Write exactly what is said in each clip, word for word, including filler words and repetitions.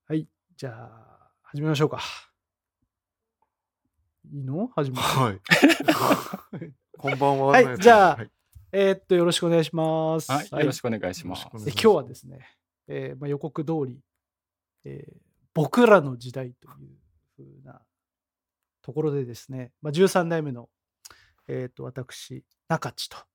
はい、じゃあ始めましょうか。いいの？始めて。 はい。こんばんは。 はい、じゃあ、 はい、 えー、っとよろしくお願いします。 はい、よろしくお願いします。 はい、で今日はですね、えーまあ、予告通り、えー、僕らの時代というふうなところでですね、まあ、じゅうさん代目の、えー、っと私中地と、はい、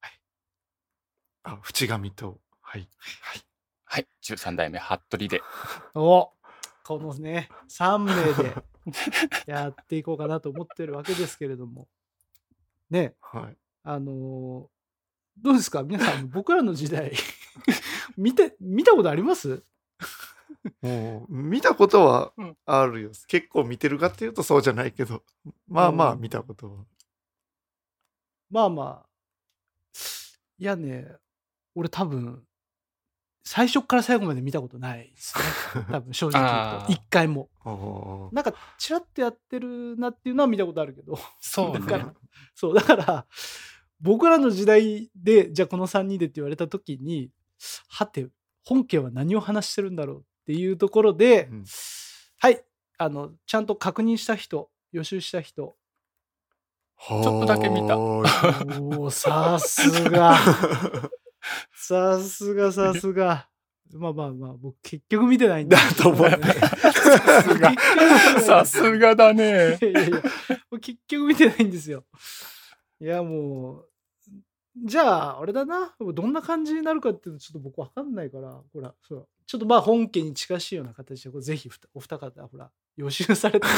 あ、淵上と、はいはいはい、じゅうさん代目服部で、 おこのねさん名でやっていこうかなと思ってるわけですけれどもね、 はい、 あのー、どうですか皆さん、僕らの時代見て見たことあります？ もう見たことはあるよ、うん、結構見てるかっていうとそうじゃないけど、まあまあ見たことは、うん、 まあまあいやね、俺多分最初から最後まで見たことないですね多分正直言うと一回もなんかチラッとやってるなっていうのは見たことあるけど、 そうね、 だからそうだから僕らの時代でじゃあこのさんにんでって言われた時に、はて本家は何を話してるんだろうっていうところで、うん、はいあのちゃんと確認した人、予習した人、 ちょっとだけ見た。 おさすがさすがさすがまあまあまあ僕結局見てないんだと思ってさすがさすがだね。 いやいやいや結局見てないんですよ。いやもうじゃああれだな、どんな感じになるかっていうのちょっと僕わかんないから、ほらそうちょっとまあ本家に近しいような形でこうぜひお二方ほら予習されて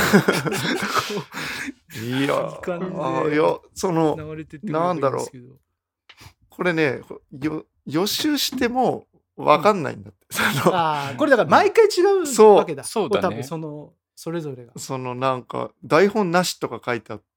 いやあいやそのなんだろうこれねよ予習しても分かんないんだって、うん、そのあこれだから毎回違うわけだ。 そうだね。 多分そのそれぞれがそのなんか台本なしとか書いてあって、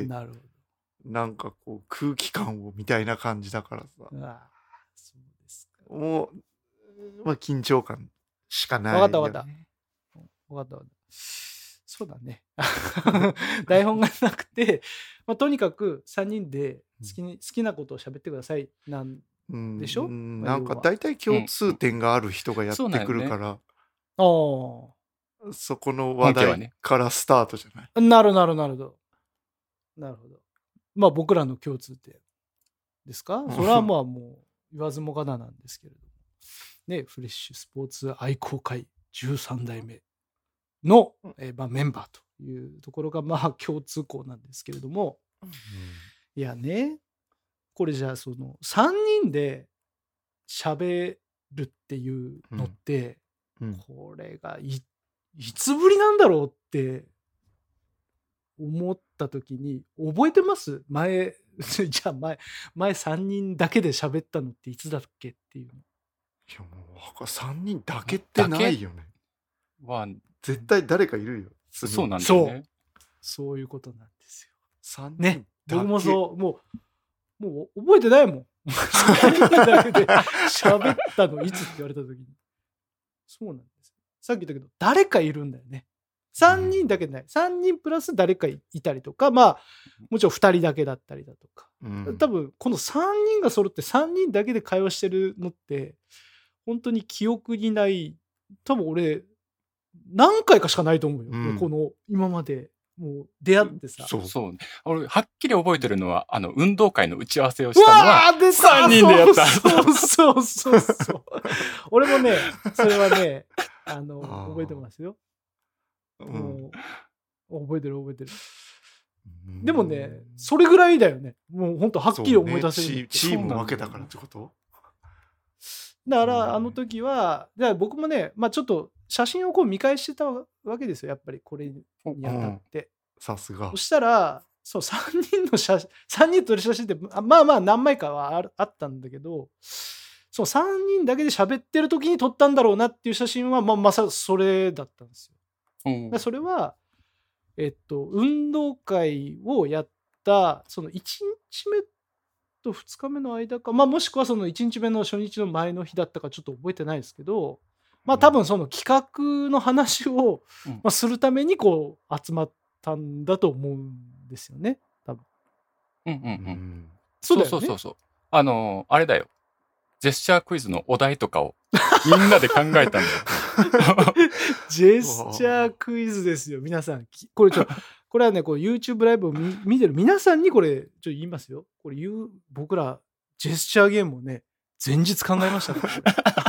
なるほど、 なんかこう空気感をみたいな感じだからさ、 あそうですか。 もう、まあ、緊張感しかない、 ね。分かった分かった分かった分かった。そうだね台本がなくて、まあ、とにかくさんにんで好きに、うん、好きなことを喋ってくださいなんでしょ、うん、 なんか大体共通点がある人がやってくるから、 うんね、そこの話題からスタートじゃない、 ね、なるなるなるほどなるほど。まあ僕らの共通点ですか、それはまあもう言わずもがななんですけれどもね、フレッシュスポーツ愛好会じゅうさん代目の、えーまあ、メンバーというところがまあ共通項なんですけれども、うん、いやねこれじゃあそのさんにんで喋るっていうのって、うんうん、これが い, いつぶりなんだろうって思った時に覚えてます？前じゃあ前前さんにんだけで喋ったのっていつだっけっていうの。 いやもうさんにんだけってないよね。 は絶対誰かいるよ。 そうなんだよね。 そう、そういうことなんですよ。 さんにんね、僕もそうもうもう覚えてないもん。さんにんだけで喋ったのいつって言われた時に。そうなんですよ。さっき言ったけど誰かいるんだよね。さんにんだけでない。さんにんプラス誰かいたりとか、まあもちろんふたりだけだったりだとか。うん、多分このさんにんが揃ってさんにんだけで会話してるのって本当に記憶にない。多分俺何回かしかないと思うよ、うん、この今までもう出会ってさ、 そうそう、俺はっきり覚えてるのはあの運動会の打ち合わせをしたのはさんにんでやった。 そうそうそうそう俺もねそれはねあの覚えてますよ、うん、もう覚えてる覚えてる。でもねそれぐらいだよね。もう本当はっきり思い出せる、 ね、チーム分けたからってこと？ だからあの時はじゃあ僕もね、まあ、ちょっと写真をこう見返してたわけですよ、やっぱりこれにあたって。 さすが。 そしたらそうさんにんの写真さんにん撮る写真ってまあまあ何枚かは あ, あったんだけど、そうさんにんだけで喋ってる時に撮ったんだろうなっていう写真はまあまさそれだったんですよ。うん、それはえっと運動会をやったそのいちにちめとふつかめの間か、まあ、もしくはそのいちにちめの初日の前の日だったかちょっと覚えてないですけど、まあ多分その企画の話を、うんまあ、するためにこう集まったんだと思うんですよね、多分。 うんうんうん。そうだよね。そうそうそうそう。あのー、あれだよ。ジェスチャークイズのお題とかをみんなで考えたんだよ。 ジェスチャークイズですよ、皆さん。これちょ、これはね、こう YouTube ライブを 見, 見てる皆さんにこれ、ちょっと言いますよ。これ言う、僕ら、ジェスチャーゲームをね、前日考えましたから、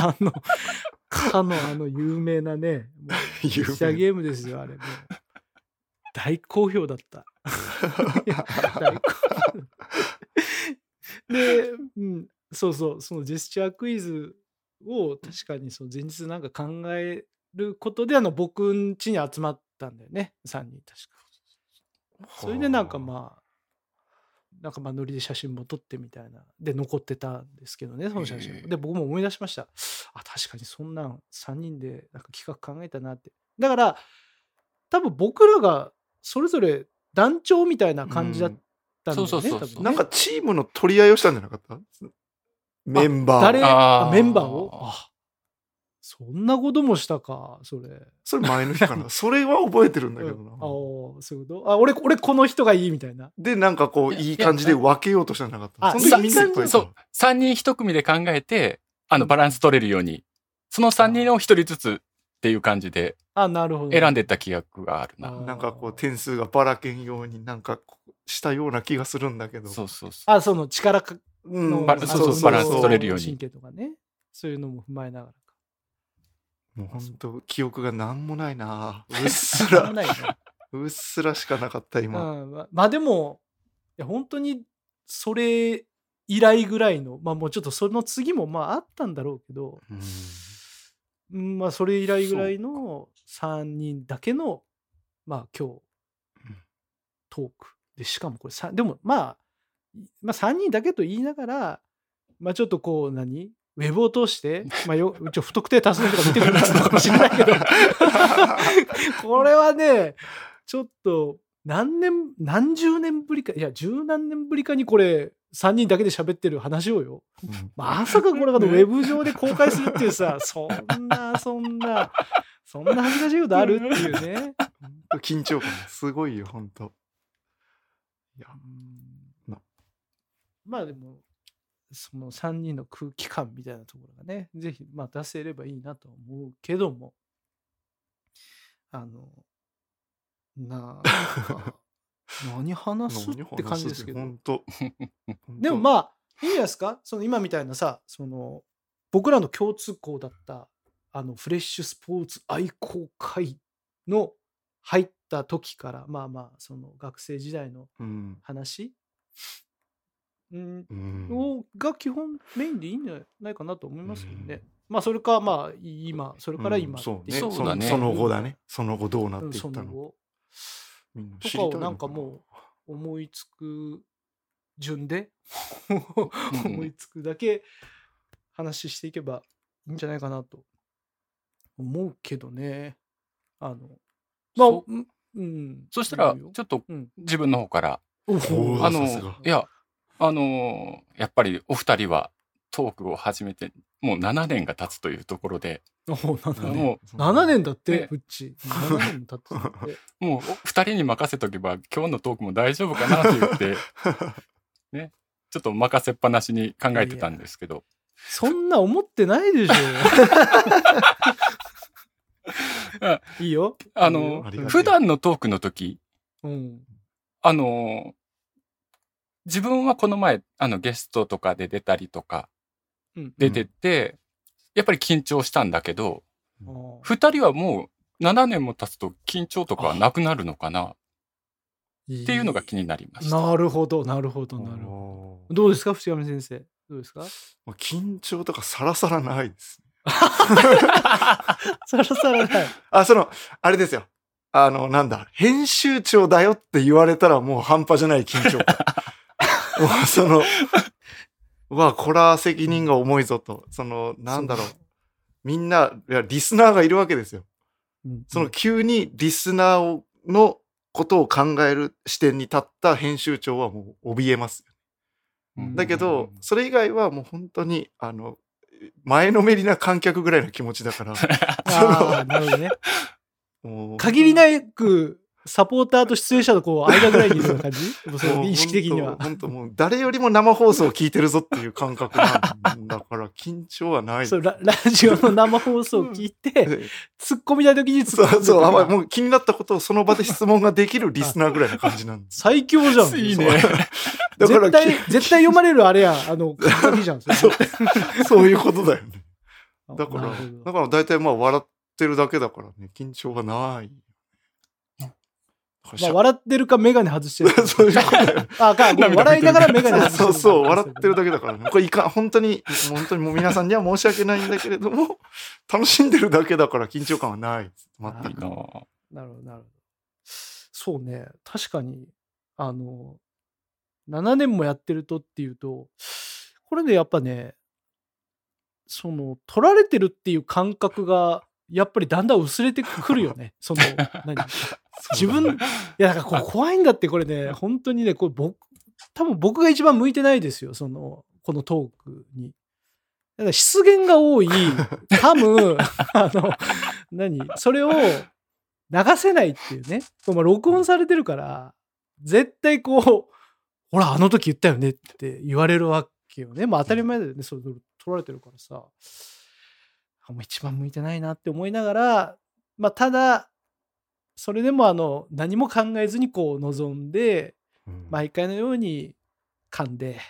あの、かのあの有名なね、もうジェスチャーゲームですよ、あれ。もう大好評だった。いや大好評で、うん、そうそう、そのジェスチャークイズを確かにその前日なんか考えることであの僕ん家に集まったんだよね、さんにん確か。それでなんかまあ、なんかまあノリで写真も撮ってみたいな。で、残ってたんですけどね、その写真も。で、僕も思い出しました。あ、確かにそんなんさんにんでなんか企画考えたなって。だから、多分僕らがそれぞれ団長みたいな感じだったんだよね。 そうそうそうそう多分ねなんかチームの取り合いをしたんじゃなかったメンバーを。 誰あーあメンバーをあそんなこともしたか、それ。 それ前の日かな。それは覚えてるんだけどな。 うんあーそういうことあ俺、俺この人がいいみたいな。 で、なんかこう、 いやいい感じで分けようとしたんじゃなかった。 あその時みんないっぱいいたそう、さんにんひと組で考えて、あの、バランス取れるように、そのさんにんをひとりずつっていう感じであ、なるほど。 選んでった記憶があるな。 あーなんかこう、点数がばらけんようになんかこうしたような気がするんだけど。 そうそうそう。 あ、その力かうんの、 バラそうそうバランス取れるように神経とかね。そういうのも踏まえながらか。 もう本当記憶がなんもないな。うっすしょうがら、 ないね。 うっすらしかなかった今。 うんままあでも、いや本当にそれ以来ぐらいの、まあもうちょっとその次もまああったんだろうけど、 うんうんまあそれ以来ぐらいのさんにんだけの、まあ今日うん、 トーク。で、しかもこれさ、でもまあ、まあさんにんだけと言いながら、まあちょっとこう何ウェブを通して、まあよ、ちょ不特定多数の人が見てくれるのかもしれないけど、これはね、ちょっと何年、何十年ぶりか、いや、十何年ぶりかにこれ、さんにんだけで喋ってる話をよ。 うんまさかこれがウェブ上で公開するっていうさ、そんな、そんな、そんな恥ずかしいことあるっていうね。 ほんと緊張感すごいよ、本当。いや、なまあでも、そのさんにんの空気感みたいなところがね、ぜひ、まあ出せればいいなと思うけども、あの、なあ、何話すって感じですけど。 本当。 でもまあ、いいんじゃないですかその今みたいなさ、その、僕らの共通項だった、あの、フレッシュスポーツ愛好会の入った時から、まあまあ、その学生時代のうん話、うんうんをが基本メインでいいんじゃないかなと思いますけどね。まあ、それか、まあ、今、それから今っていそうね。 そうだねその後だね。その後どうなっうんていったの。 その後みんなと知りたいのかをなんかもう思いつく順で思いつくだけ話していけばいいんじゃないかなと思うけどね。あの、まあ、 そううんうん。 そしたら、 いいよちょっとうん自分の方から、 おおーあの、 さすがいや、あのーやっぱりお二人はトークを始めて、もうななねんが経つというところで、 おななねん。 もななねんだってね、 フッチ。ななねんも経ってたんだって。 う、もうお二人に任せとけば今日のトークも大丈夫かなと言って、ね、ちょっと任せっぱなしに考えてたんですけど、 そんな思ってないでしょ。いいよ。 あいいよのありがたい普段のトークの時、 うん。 あの自分はこの前、あのゲストとかで出たりとかうん。 出てって、やっぱり緊張したんだけど、 あー二人はもうななねんも経つと緊張とかはなくなるのかなっていうのが気になりました。 なるほど、なるほど、なるほおど。どうですか、淵上先生。どうですかーもう緊張とかさらさらないです。 さらさらない。 あ、その、あれですよ。あの、なんだ、編集長だよって言われたらもう半端じゃない緊張感。もうその、うわ、こら責任が重いぞと。その、なんだろう。みんな、いや、リスナーがいるわけですよ。 うんその急にリスナーをのことを考える視点に立った編集長はもう怯えます。 うんだけど、それ以外はもう本当に、あの、前のめりな観客ぐらいの気持ちだから、 ああ、なるほどね。 もう限りなく、 サポーターと出演者のこう間ぐらいにいるような感じもうその意識的には。 本当もう誰よりも生放送を聞いてるぞっていう感覚なんだから緊張はない。 そう ラ, ラジオの生放送を聞いて、突っ込みたい時に突っ込んでそうそう、あまりもう気になったことをその場で質問ができるリスナーぐらいな感じなんです。 最強じゃん。 いいね。 だから絶対、絶対読まれるあれや、あの、鍵じゃん。 そうそういうことだよね。だから、だから大体まあ笑ってるだけだからね、緊張がない。 まあ、笑ってるかメガネ外してる。 そういうことだよ。 あ、か、笑いながらメガネ外してる。 そうそう、笑ってるだけだからね。これいかん、本当に、本当にもう皆さんには申し訳ないんだけれども、楽しんでるだけだから緊張感はない。 待っていいな。なるほど、なるほど。そうね、確かに、あの、ななねんもやってるとっていうと、これでやっぱね、その、取られてるっていう感覚が、やっぱりだんだん薄れてくるよね。その、何自分、いや、なんかこう怖いんだって、これね、本当にね、これ僕、多分僕が一番向いてないですよ、その、このトークに。だから失言が多い、噛む、あの、何それを流せないっていうね。まあ、録音されてるから、絶対こう、ほら、あの時言ったよねって言われるわけよね。まあ当たり前だよね、それ取られてるからさ。もう一番向いてないなって思いながら、まあ、ただそれでもあの何も考えずにこう臨んで、うん、毎回のように噛んで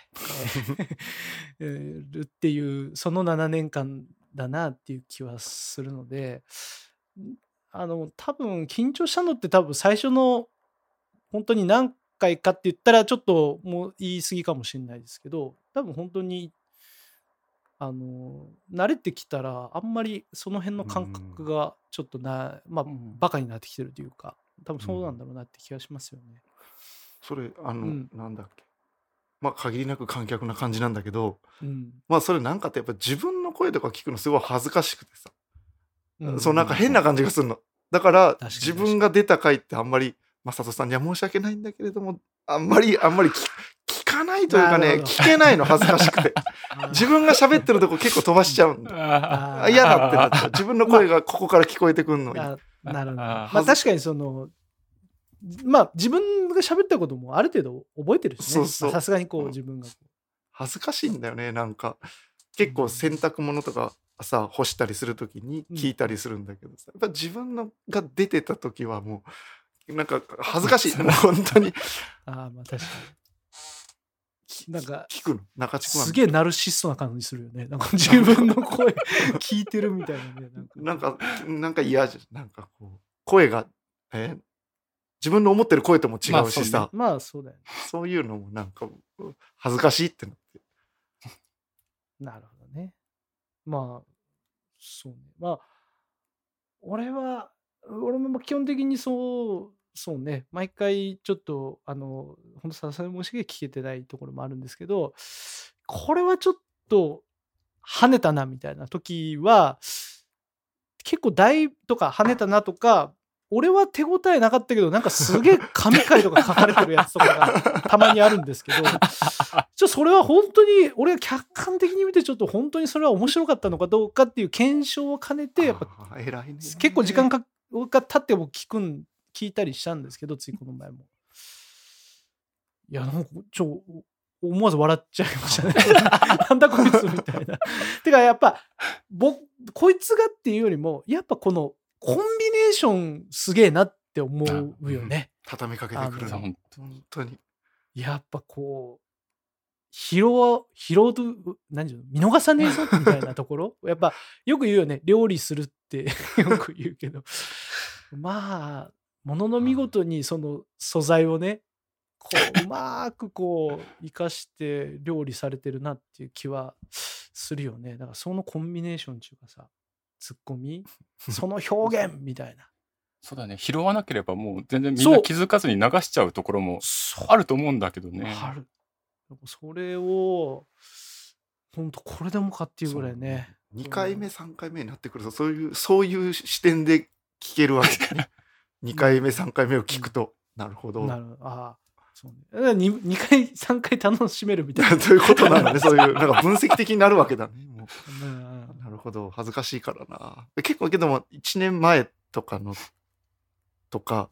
るっていうそのななねんかんだなっていう気はするので、あの多分緊張したのって多分最初の本当に何回かって言ったらちょっともう言い過ぎかもしれないですけど、多分本当にあの慣れてきたらあんまりその辺の感覚がちょっとな、まあ、バカになってきてるというか、多分そうなんだろうなって気がしますよね。 それあの、 うん、 なんだっけ、まあ限りなく観客な感じなんだけど、 うん、 まあそれなんかってやっぱ自分の声とか聞くのすごい恥ずかしくてさ、うん、そうなんか変な感じがするの。だから自分が出た回ってあんまり正人さんには申し訳ないんだけれども、あんまりあんまり聞かないというかね、聞けないの恥ずかしくて自分が喋ってるとこ結構飛ばしちゃうんだ。嫌だってなっちゃう。自分の声がここから聞こえてくるのに。 なるほど。まあ確かにそのまあ自分が喋ったこともある程度覚えてるしね。さすがにこう自分がこう恥ずかしいんだよね。なんか結構洗濯物とかさ干したりするときに聞いたりするんだけどさ、やっぱ自分のが出てた時はもうなんか恥ずかしい。もう本当に。 ああまあ確かに。なんか聞くの中地君はすげえナルシストな感じするよね。なんか自分の声聞いてるみたいなね。 なんかなんか嫌じゃん。なんかこう声がえ自分の思ってる声とも違うしさ、 まあ、まあそうだよね。 そういうのもなんか恥ずかしいってなって。 なるほどね。まあそうね。まあ俺は俺も基本的にそうそうね。毎回ちょっとあの本当さすがに申し訳聞けてないところもあるんですけど、これはちょっと跳ねたなみたいな時は結構大とか跳ねたなとか。俺は手応えなかったけど、なんかすげえ神回とか書かれてるやつとかがたまにあるんですけど、ちょっとそれは本当に、俺が客観的に見てちょっと本当にそれは面白かったのかどうかっていう検証を兼ねて、やっぱ結構時間が経っても聞くん、聞いたりしたんですけど、ついこの前も。いや、なんかちょ、思わず笑っちゃいましたね。なんだこいつみたいな。てかやっぱ、僕、こいつがっていうよりも、やっぱこの、コンビネーションすげえなって思うよね。 うん、畳みかけてくるの。本当に。 やっぱこう、拾う、拾うと、何ていうの、見逃さねえぞみたいなところ。やっぱよく言うよね。料理するってよく言うけど。まあ、ものの見事にその素材をね、こう、うまくこう、生かして料理されてるなっていう気はするよね。だからそのコンビネーションっていうかさ、ツッコミその表現みたいな。 そうだね。拾わなければもう全然みんな気づかずに流しちゃうところもあると思うんだけどね。 ある。それを本当これでもかっていうぐらいね。 にかいめさんかいめになってくるとそういうそういう視点で聞けるわけね。にかいめさんかいめを聞くと、うん、なるほど。 なるほど。ああ。そうね、に, にかいさんかい楽しめるみたいな。 ということなのね。そういうなんか分析的になるわけだね。もうなるほど。恥ずかしいからな。結構けどもいちねんまえとかのとか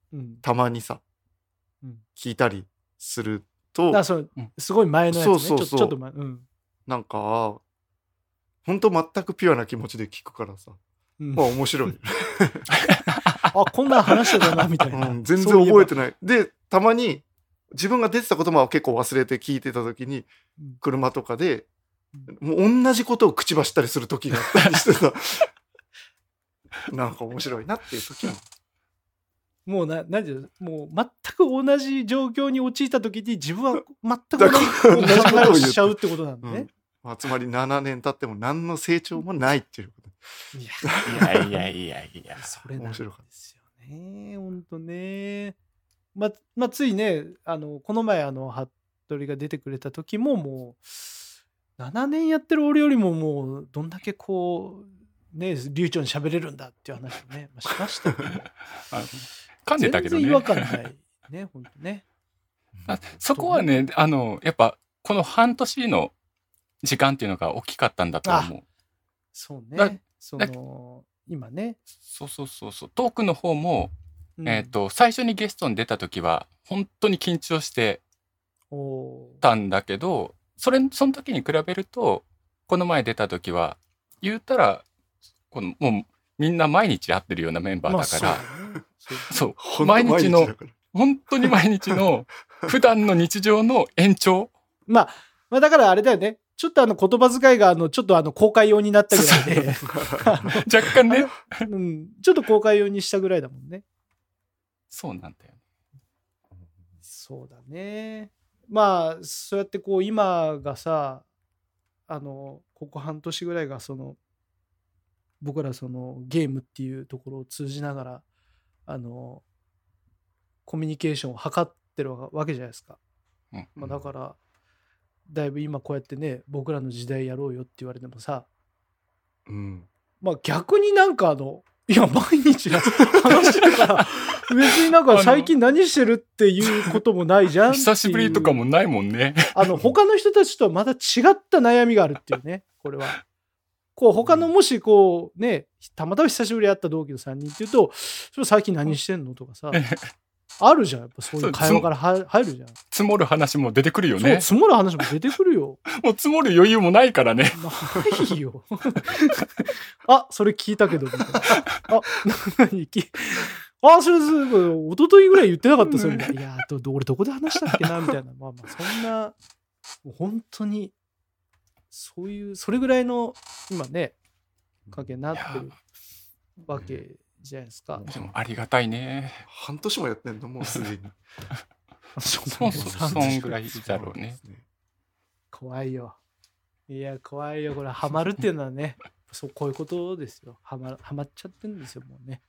うんたまにさ、 うん聞いたりするとだからそのうんすごい前のやつね。 そうそうそうちょちょっと前、うんなんか本当全くピュアな気持ちで聞くからさ、 うんまあ面白い、 あこんなん話してたなみたいな、 うん、全然覚えてないでたまに自分が出てた言葉を結構忘れて聞いてた時にうん車とかでもう同じことを口走ったりする時があったりしてさなんか面白いなっていう時ももうななんていうのもう全く同じ状況に陥った時に自分は全く同じ同じことを言う考えをしちゃうってことなんだね。 まあ、つまりななねん経っても何の成長もないっていうこといやいやいやいやいや。 それなんで面白かっすよね。本当ね。ままあついねあのこの前あの服部が出てくれた時ももうななねんやってる俺よりももうどんだけこうね流暢に喋れるんだっていう話をね、まあ、しましたけどあの噛んでたけどね。 全然違和感ないね本当ね。 あそこはね、あの、やっぱ、この半年の時間っていうのが大きかったんだと思う。 そうだね。その今ね、 そうそうそうそう。トークの方も、 うんえっ、と、最初にゲストに出た時は、本当に緊張しておーたんだけど、それ、その時に比べると、この前出た時は、言うたら、この、もう、みんな毎日会ってるようなメンバーだから、 まあそうだねそうそう、 本当毎日のだから本当に毎日の、普段の日常の延長。 まあ、まあだからあれだよね。ちょっとあの言葉遣いがあのちょっとあの公開用になったぐらいで、 若干ね。 うん、ちょっと公開用にしたぐらいだもんね。 そうなんだよ。 そうだね。まあそうやってこう今がさ、あのここ半年ぐらいがその僕らそのゲームっていうところを通じながらあのコミュニケーションを図ってるわけじゃないですか。 うんまあ、だからだいぶ今こうやってね僕らの時代やろうよって言われてもさ、 うんまあ逆になんかあのいや毎日話してるから別になんか最近何してるっていうこともないじゃんっていう久しぶりとかもないもんね。 あの他の人たちとはまた違った悩みがあるっていうねこれはこう他のもしこうねたまたま久しぶりに会った同期のさんにんっていうとそれ最近何してんのとかさあるじゃんやっぱそういう会話からは入るじゃん。 積もる話も出てくるよそうね。 積もる話も出てくるよ。 もう積もる余裕もないからね。 ないよ。あ、それ聞いたけど、みたいな。あ、何きあ、それ、一昨日ぐらい言ってなかった、それ。いや、どど俺どこで話したっけな、みたいな。まあまあ、そんな、もう本当に、そういう、それぐらいの、今ね、関係になってるわけじゃないですか。 でもありがたいね。 半年もやってんのもうすでにそうそうそう、そんぐらいだろうね。 怖いよ。いや、怖いよ。これ、ハマるっていうのはね、そうこういうことですよ。ハマハマっちゃってるんですよ、もうね。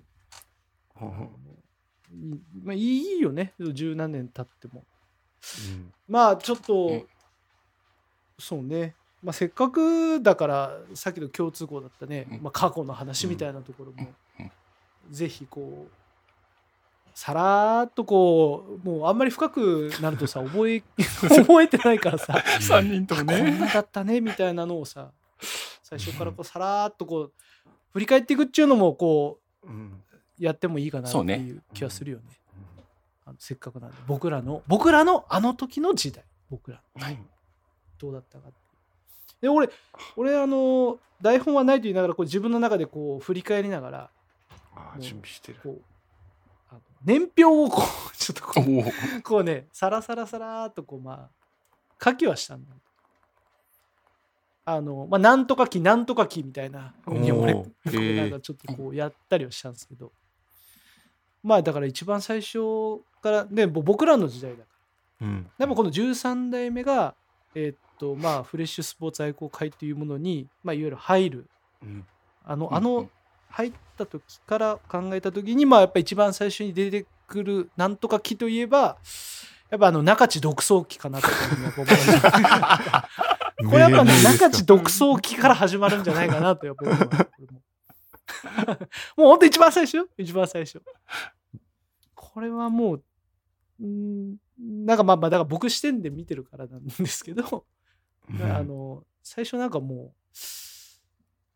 いいまあ、いいよね、十何年経っても。 うんまあ、ちょっと、 うんそうね、まあ、せっかくだから、さっきの共通項だったね、 うんまあ、過去の話みたいなところも、 うんぜひこう、さらーっとこう、もうあんまり深くなるとさ、覚え、覚えてないからさ、 さんにんともこんね。 なだったねみたいなのをさ、最初からこうさらーっとこう振り返っていくっていうのもこうんうやってもいいかなってそうねいう気はするよね。あのせっかくなんで僕らの僕らのあの時の時代僕らのどうだったかっていうで俺俺あの台本はないと言いながらこう自分の中でこう振り返りながらあー準備してるこうあの年表をこうちょっとこおうーこうねさらさらさらーっとこうまあ書きはしたんだ。あのまあ、なんとか期なんとか期みたいな風に俺おーこうへーなんかちょっとこうやったりはしたんですけどまあだから一番最初からねもう僕らの時代だからうんでもこのじゅうさん代目がえーっとまあフレッシュスポーツ愛好会というものにまあいわゆる入るうんあのうんあの入った時から考えた時にまあやっぱ一番最初に出てくるなんとか期といえばやっぱあの中地独創期かなと思いますこれやっぱね、中地独創期から始まるんじゃないかなとやっぱ思う。これももうほんと一番最初一番最初。これはもう、んなんかまあまあ、だから僕視点で見てるからなんですけど、 うんあの、最初なんかもう、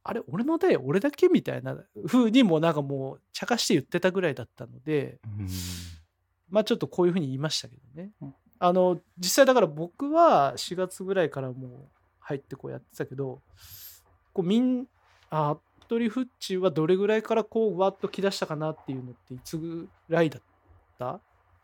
あれ俺の代俺だけみたいな風にもなんかもう茶化して言ってたぐらいだったので、 うんまあちょっとこういう風に言いましたけどね、 うんあの実際だから僕はしがつぐらいからもう入ってこうやってたけど、こうみんあ服部フッチはどれぐらいからこうわっと来だしたかなっていうのっていつぐらいだった？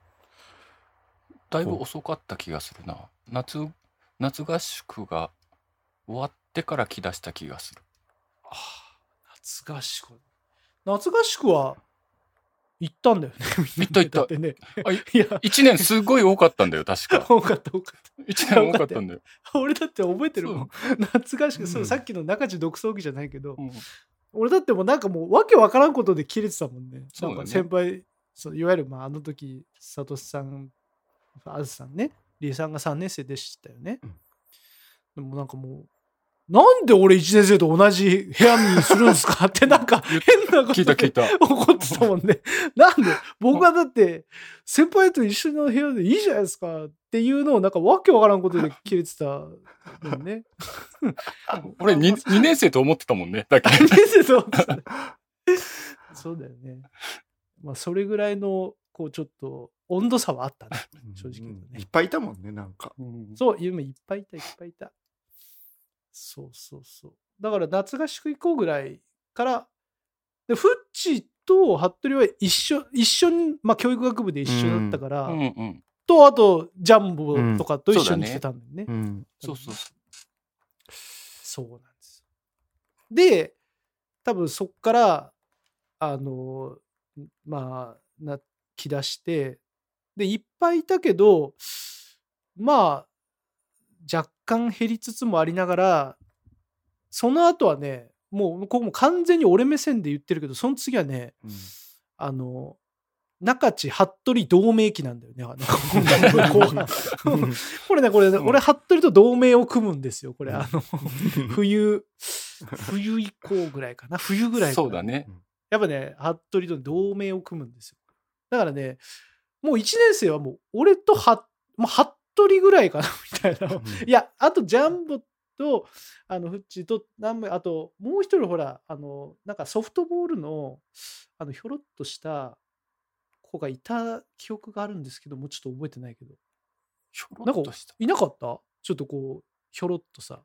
だいぶ遅かった気がするな。夏夏合宿が終わってから来だした気がする。 あ夏合宿夏合宿は行ったんだよね。 行った行っただってね。 あいいや一年すごい多かったんだよ確か。 多かった多かっ一年多かったんだよ。 た。俺だって覚えてるもん。夏合宿、そううんさっきの中地独創期じゃないけど、 うん俺だってもうなんかもうわけわからんことで切れてたもんね。 そうだねなんか先輩、そういわゆるまああの時佐藤さん、あずさんね、リエさんがさんねん生でしたよね。 うんでもなんかもうなんで俺いちねん生と同じ部屋にするんすかってなんか言っ変なこと聞いた聞いた。 怒ってたもんね。なんで僕はだって先輩と一緒の部屋でいいじゃないですかっていうのをなんかわけわからんことで切れてたもんね。 俺 2, 2年生と思ってたもんね。だけにねん生と思ってたねそうだよね。まあそれぐらいのこうちょっと温度差はあったね。正直言うとねいっぱいいたもんねなんか。 うんそう、夢いっぱいいたいっぱいいた。そうそうそう。だから夏合宿行こうぐらいからでフッチと服部は一緒一緒に、まあ、教育学部で一緒だったから、 うんうんとあとジャンボとかと一緒に来てたんだよね。 うんそうそうそそうなんです。で多分そっからあのまあな来だしてでいっぱいいたけどまあ若干減りつつもありながらその後はねもうここも完全に俺目線で言ってるけどその次はねうんあの中地服部同盟期なんだよね。あの後半これねこれね、 うん俺服部と同盟を組むんですよこれ、 うんあの冬冬以降ぐらいかな冬ぐらう。 いかなそうだね。 やっぱね服部と同盟を組むんですよ。だからねもういちねん生はもう俺とはもう服部ぐらいかなみたいな。いやあとジャンボとあのフッチと何名あともう一人ほらあのなんかソフトボールのあのひょろっとした子がいた記憶があるんですけどもうちょっと覚えてないけどひょなんかろっとした。 いなかったちょっとこうひょろっとさ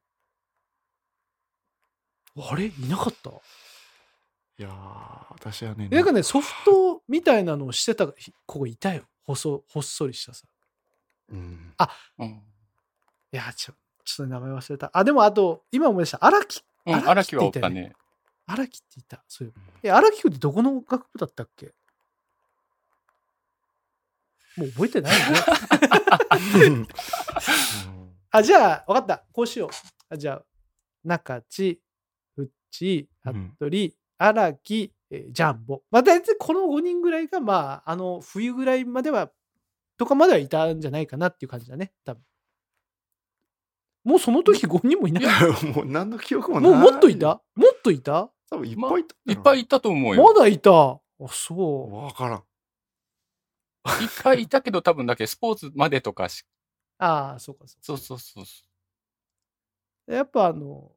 あれいなかったいやー私はねなんかねソフトみたいなのをしてた子がいたよ細ほっそりしたさうんうん。 いやちょちょっと名前忘れたあでもあと今思い出した荒木うん、 荒荒木はお木っていよったたね。 荒木っていたそういうえ荒木君ってどこの学部だったっけもう覚えてないよねあじゃあ分かったこうしようあじゃあ中地フッチ服部荒木、えージャンボまあ大体このごにんぐらいがまああの冬ぐらいまではとかまではいたんじゃないかなっていう感じだね多分もうその時ごにんもいないいやもう何の記憶もないもうもっといたもっといた多分いっぱいいたいっぱいいたと思うよ。 まだいたあそう分からんいっぱいいたけど多分だけスポーツまでとかし。 ああそうかそうかそうそうそうそやっぱあの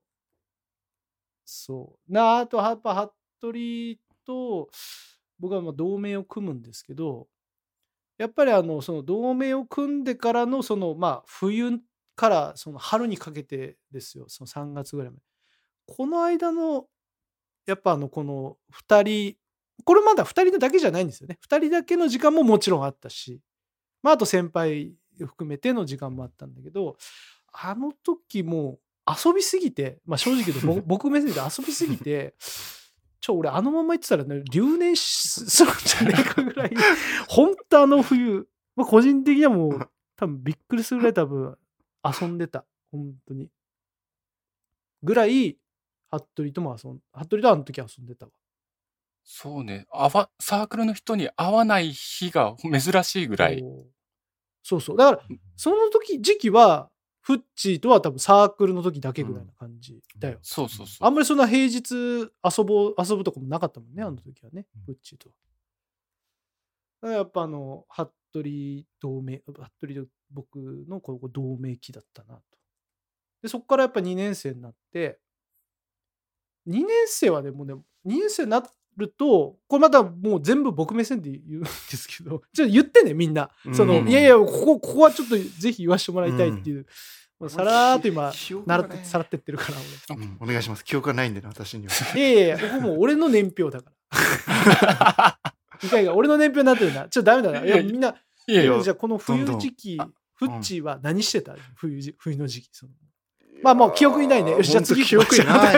そうなあとやっぱ服部と僕はまあ同盟を組むんですけどやっぱりあのその同盟を組んでからのそのまあ冬からその春にかけてですよそのさんがつぐらいまでこの間のやっぱあのこのふたりこれまだふたりだけじゃないんですよねふたりだけの時間ももちろんあったしまああと先輩含めての時間もあったんだけどあの時もう遊びすぎてまあ正直言うとぼ僕目線で遊びすぎてちょ俺あのまま言ってたらね留年しするんじゃねえかぐらい本当あの冬、まあ、個人的にはもう多分びっくりするぐらい多分遊んでた本当にぐらい服部とも遊ん服部とあの時遊んでたわそうね。あわサークルの人に会わない日が珍しいぐらい。 そうそうそうだからその時時期はフッチーとは多分サークルの時だけぐらいな感じだよ、 そうそうそう。 あんまりそんな平日遊ぼう遊ぶとかもなかったもんねあの時はねフッチーとはだからやっぱあの服部同盟服部と僕のここ同盟期だったなとでそこからやっぱにねん生になってにねん生はね、もうね、にねん生になると、これまたもう全部僕目線で言うんですけど、ちょっと言ってね、みんな。その、 うんいやいや、ここ、ここはちょっとぜひ言わせてもらいたいっていう。もうさらーっと今、 記憶がね習って、さらってってるから、 うんお願いします。記憶がないんでね、私には。 俺。いやいやいや、ここもう俺の年表だから。いかいか、俺の年表になってるな。ちょっとダメだな。いや、みんな、 いやいやいやじゃあこの冬どんどん時期、フッチーは何してた冬じ冬の時期。そのまあもう記憶にないね。よし、じゃあ次記憶にない。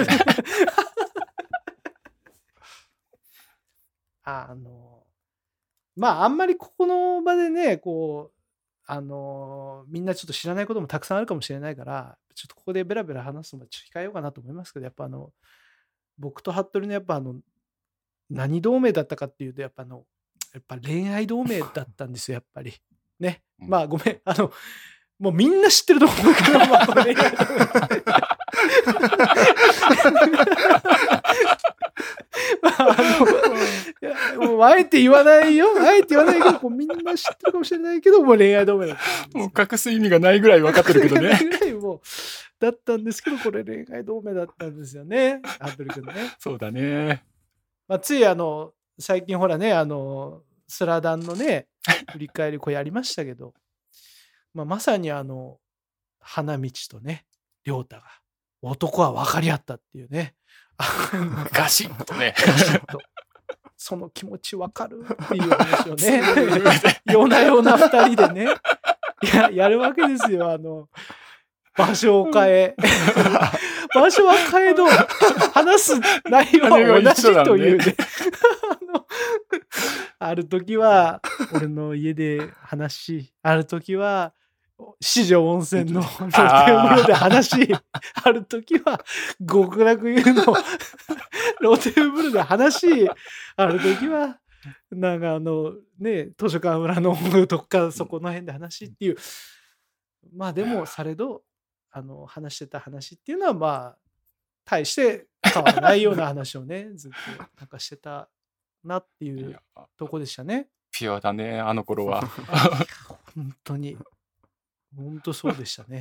あの、まああんまりここの場でね、こう、あの、みんなちょっと知らないこともたくさんあるかもしれないから、ちょっとここでベラベラ話すのもちょっと控えようかなと思いますけど、やっぱあの、僕と服部のやっぱあの、何同盟だったかっていうと、やっぱあの、やっぱ恋愛同盟だったんですよ、やっぱり。ね。 うんまあごめん、あの、もうみんな知ってると思うけど、まあこれ恋愛同盟まああのいやもうあえて言わないよ。あえて言わないけど、こうみんな知ってるかもしれないけど、もう恋愛同盟だったんですよ。 もう隠す意味がないぐらい分かってるけどね。 ぐらいもうだったんですけど、これ恋愛同盟だったんですよね。服部君ね。 そうだね。 まあ、ついあの、最近ほらね、あの、スラダンのね、振り返りこれやりましたけど、まあ、まさにあの、花道とね、亮太が、男は分かり合ったっていうね。 ガシッとね。 その気持ち分かるっていう話をね、夜な夜な二人でね、や、やるわけですよ。あの、場所を変え。場所は変えど、話す内容は同じというね。あの、ある時は、俺の家で話し、ある時は、四条温泉の露天風呂で話し、ある時は極楽湯の露天風呂で話し、ある時はなんかあのね図書館裏のどっかそこの辺で話っていう、まあでもされどあの話してた話っていうのはまあ大して変わらないような話をねずっとなんかしてたなっていうとこでしたね。 ピュアだね、あの頃は。 本当に。本当そうでしたね。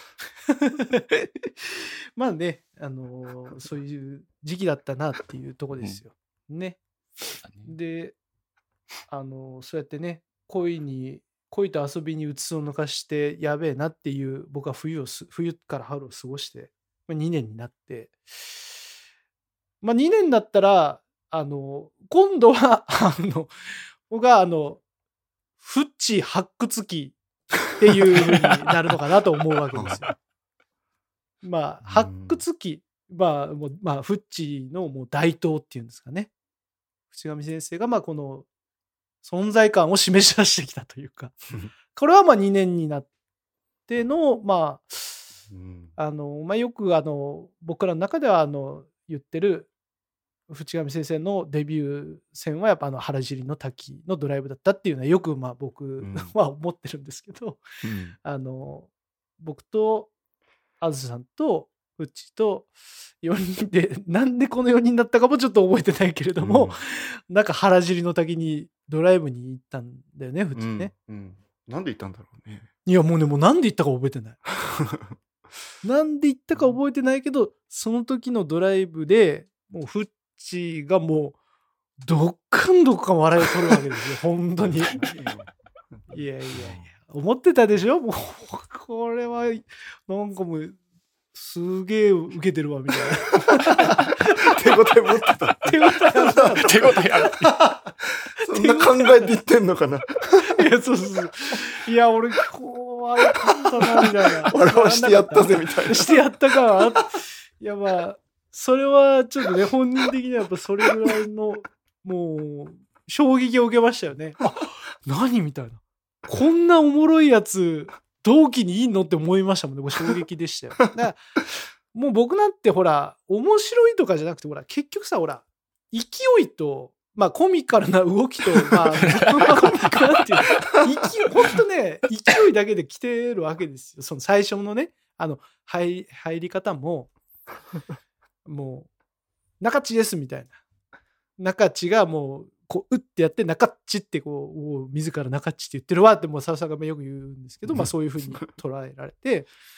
まあね、あのーそういう時期だったなっていうとこですよ。ね。で、あのーそうやってね、恋に、恋と遊びにうつを抜かしてやべえなっていう僕は冬をす、冬から春を過ごして、まあ、にねんになって、まあにねんだったら、あのー今度は、あの、僕はあの、フッチ発掘機っていう風になるのかなと思うわけですよ。まあ、発掘機、まあ、もう、まあ、フッチのもう大東っていうんですかね。淵上先生が、まあ、この存在感を示し出してきたというか、これはまあにねんになっての、まあ、あの、まあ、よくあの、僕らの中ではあの、言ってる、淵上先生のデビュー戦はやっぱあの原尻の滝のドライブだったっていうのはよくまあ僕は思ってるんですけど、うん、あの僕とあずさんとフッチとよにんでなんでこのよにんだったかもちょっと覚えてないけれども、うん、なんか原尻の滝にドライブに行ったんだよねフッチね、 うんうん、なんで行ったんだろうね。 いやもうねもうなんで行ったか覚えてないなんで行ったか覚えてないけどその時のドライブでもうフッチがもうどっかんどっかん笑いを取るわけですよ本当にいやいやいや思ってたでしょもうこれはなんかもうすげえ受けてるわみたいな手応え持ってた手応えあった手応えあるそんな考えて言ってんのかないやそうそうそういや俺今日はよかったなみたいな笑わしてやったぜみたいなしてやったかいやまあそれはちょっとね本人的にはやっぱそれぐらいのもう衝撃を受けましたよね。あ、何みたいな。こんなおもろいやつ同期にいいのって思いましたもんね。これ衝撃でしたよ。だからもう僕なんてほら面白いとかじゃなくてほら結局さほら勢いとまあコミカルな動きとまあコミカルっていう勢い本当ね勢いだけで来てるわけですよ。その最初のねあの入入り方ももう中地ですみたいな。中地がもうこううってやって中地ってこう自ら中地って言ってるわってもう澤さんがよく言うんですけど、まあそういうふうに捉えられて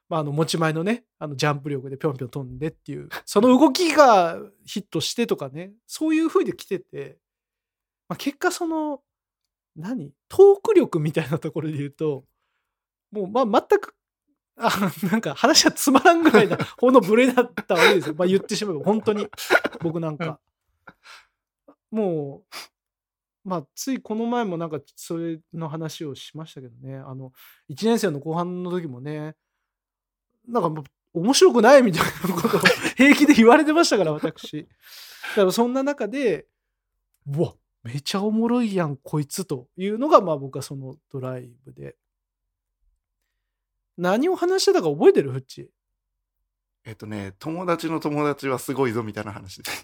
まあ、あの持ち前のね、あのジャンプ力でぴょんぴょん飛んでっていう、その動きがヒットしてとかね、そういう風で来てて、まあ、結果その、何トーク力みたいなところで言うと、もうまあ全く、あなんか話がつまらんぐらいなほのブレだったわけですよ。まあ言ってしまえば、本当に。僕なんか。もう、まあ、ついこの前もなんかそれの話をしましたけどね、あの、いちねん生の後半の時もね、なんかもう面白くないみたいなことを平気で言われてましたから、私。だからそんな中で、うわ、めちゃおもろいやん、こいつというのが、まあ僕はそのドライブで。何を話してたか覚えてるフッチ。 えっとね、友達の友達はすごいぞみたいな話です。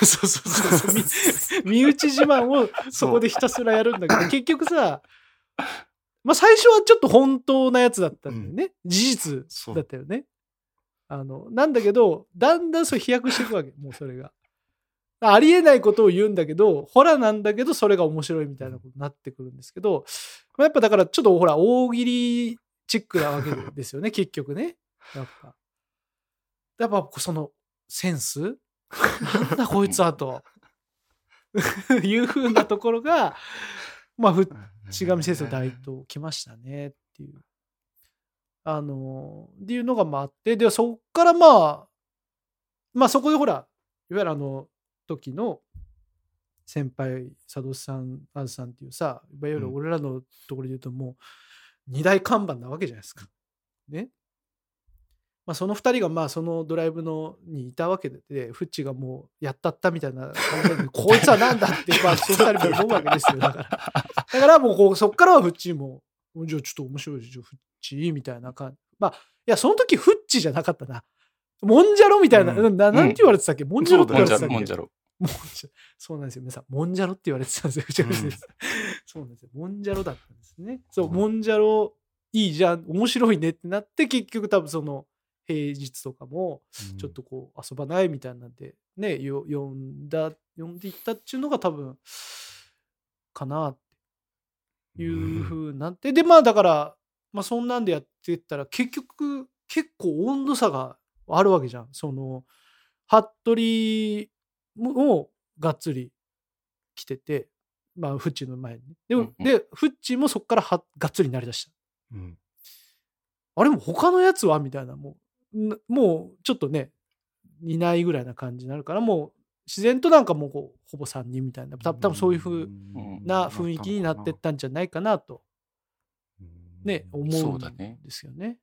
そうそうそうそう身。身内自慢をそこでひたすらやるんだけど、結局さ、まあ最初はちょっと本当なやつだったんだよね。うん、事実だったよね。あの、なんだけど、だんだんそう飛躍していくわけ。もうそれが。ありえないことを言うんだけど、ホラーなんだけど、それが面白いみたいなことになってくるんですけど、まあ、やっぱだからちょっとほら、大喜利チックなわけですよね、結局ね。やっぱ。やっぱそのセンスなんだこいつはというふうなところが、まあ、ふちがみ先生の代と来ましたねっていう。あの、っていうのがまああって、で、そっからまあ、まあそこでほら、いわゆるあの時の先輩、佐渡さん、あずさんっていうさ、いわゆる俺らのところで言うともう二大看板なわけじゃないですか。ね。まあ、そのふたりがまあそのドライブのにいたわけで、フッチがもうやったったみたいな感じで、こいつはなんだって、まあそのふたりも思うわけですよ。だから。だからもうこうそっからはフッチも、じゃあちょっと面白いでしょ、フッチみたいな感じ。まあ、いや、その時フッチじゃなかったな。モンジャロみたいな、うん、ななんて言われてたっけ、うん、モンジャロって言われてたっけ、 モンジャロ。 モンジャロ。そうなんですよ。皆さん、モンジャロって言われてたんですよ。うん、そうなんですよ。モンジャロだったんですね。そう、モンジャロいいじゃん、面白いねってなって、結局多分その、平日とかもちょっとこう遊ばないみたいなんでね、よ呼んだ呼んでいったっていうのが多分かなっていう風になって、でまあだからまあそんなんでやってったら結局結構温度差があるわけじゃん。その服部もがっつり来てて、まあフッチの前にね。でも、うんうん、でフッチもそこからはがっつりになりだした。うん、あれも他のやつはみたいな、もうもうちょっとねいないぐらいな感じになるから、もう自然となんかもうこうほぼさんにんみたいな、多分そういう風な雰囲気になってったんじゃないかなとね思うんですよね。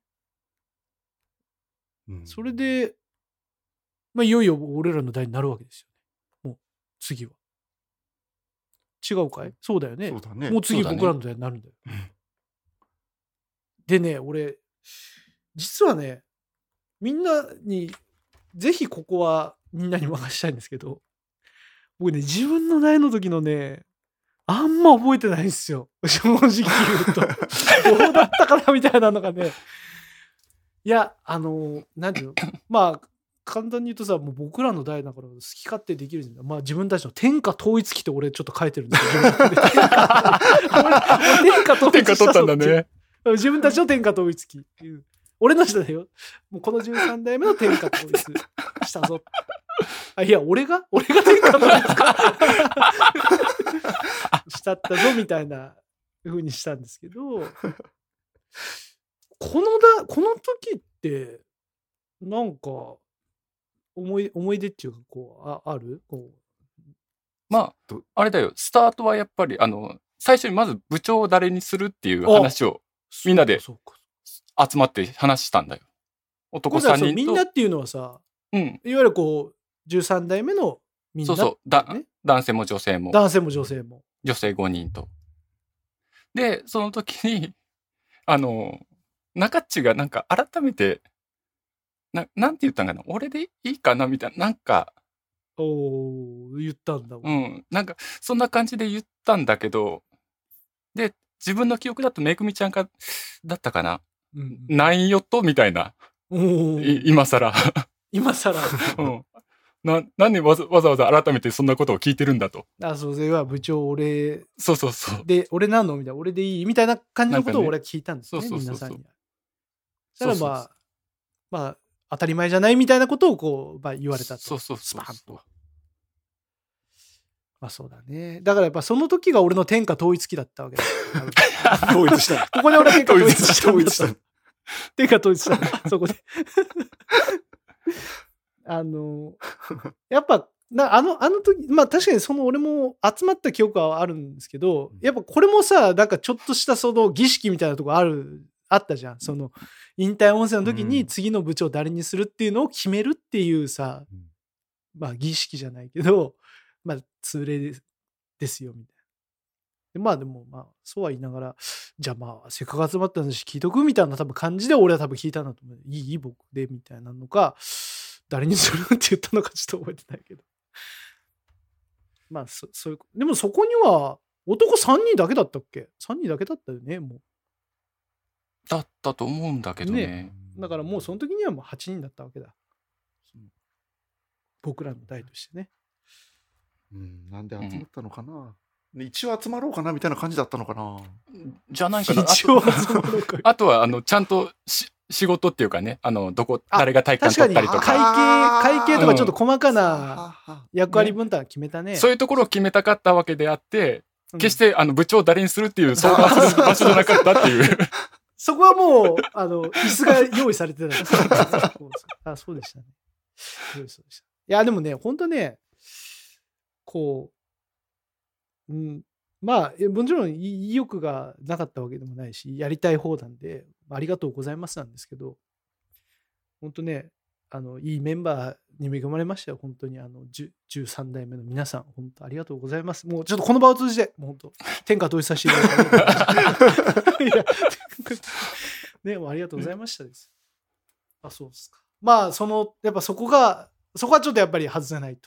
それで、まあ、いよいよ俺らの代になるわけですよね。もう次は違うかい？そうだよね。 そうだね。 もう次僕らの代になるんだよ。ね、でね、俺実はね、みんなにぜひここはみんなに任したいんですけど、僕ね自分の代の時のねあんま覚えてないんですよ、正直言うと。どうだったかなみたいなのがね。いや、あの何ていうの、まあ簡単に言うとさ、もう僕らの代だから好き勝手できるじゃん。まあ自分たちの天下統一期って俺ちょっと書いてるんですけど、天下統一したぞっていう。自分たちの天下統一期っていう。俺の人だよ。もうこのじゅうさん代目の天下統一したぞ。あ、いや、俺が俺が天下統一かしたったぞみたいな風にしたんですけど、このだこの時ってなんか思い思い出っていうかこう あ, あるこうまああれだよ。スタートはやっぱりあの最初にまず部長を誰にするっていう話をみんなで集まって話したんだよ。男さんにんと。 みんなっていうのはさ、 うん、 いわゆるこうじゅうさん代目のみんな、ね、 そうそうだ男性も女性も男性も女性も女性ごにんと。でその時にあの中っちがなんか改めてななんて言ったんかな、俺でいいかなみたいな、なんかお言ったんだもん。 うん、なんかそんな感じで言ったんだけど、で自分の記憶だとめぐみちゃんかだったかな、うん、なんよとみたいな、今更今更、 うん、ななんでわざわざわざ改めてそんなことを聞いてるんだと。 あ、そう、それは部長俺そうそうそうで俺なのみたいな、俺でいいみたいな感じのことを俺は聞いたんですね、皆さんに。そしたらまあまあ当たり前じゃないみたいなことをこう、まあ、言われたと。 そうそうそうスパンそう。 と。まあそうだね。だからやっぱその時が俺の天下統一期だったわけだ。 統一した。 ここで俺天下統一したんだと。 統一した。 天下統一した。そこで。あの、やっぱ、なあの、あの時、まあ確かにその俺も集まった記憶はあるんですけど、やっぱこれもさ、なんかちょっとしたその儀式みたいなとこある、あったじゃん。その、引退温泉の時に次の部長を誰にするっていうのを決めるっていうさ、 うんまあ儀式じゃないけど、まあ通例です、ですよ、みたいな。でまあでもまあ、そうは言いながら、じゃあまあ、せっかく集まったんだし聞いとくみたいな多分感じで俺は多分聞いたんだと思う。いい、いい僕で、みたいなのか、誰にするって言ったのかちょっと覚えてないけど。まあ、そそういう、でもそこには男さんにんだけだったっけ ?さん 人だけだったよね、もだったと思うんだけどね。 う。だからもうその時にはもうはちにんだったわけだ。僕らの代としてね。 うん、なんで集まったのかな、うん、一応集まろうかなみたいな感じだったのかな。 じゃないかな。 一応集まろうか。 あとは、あの、ちゃんとし仕事っていうかね、あの、どこ、誰が体感取ったりと確かにか。 会計、会計とかちょっと細かなはは役割分担決めたね。 そういうところを決めたかったわけであって、 うん決してあの部長を誰にするっていう相談する場所じゃなかったっていう。 そこはもう、あの、椅子が用意されてた。あ、そうでしたね。そうでした。いや、でもね、本当ね、こう、うん、まあ、もちろん意欲がなかったわけでもないし、やりたい方なんで、ありがとうございますなんですけど、本当ね、あの、いいメンバーに恵まれましたよ。本当に、あの、じゅうさん代目の皆さん、本当ありがとうございます。もうちょっとこの場を通じて、もう本当、天下統一させていただいて。いや、ね、もうありがとうございましたです。あ、そうですか。まあ、その、やっぱそこが、そこはちょっとやっぱり外せないと。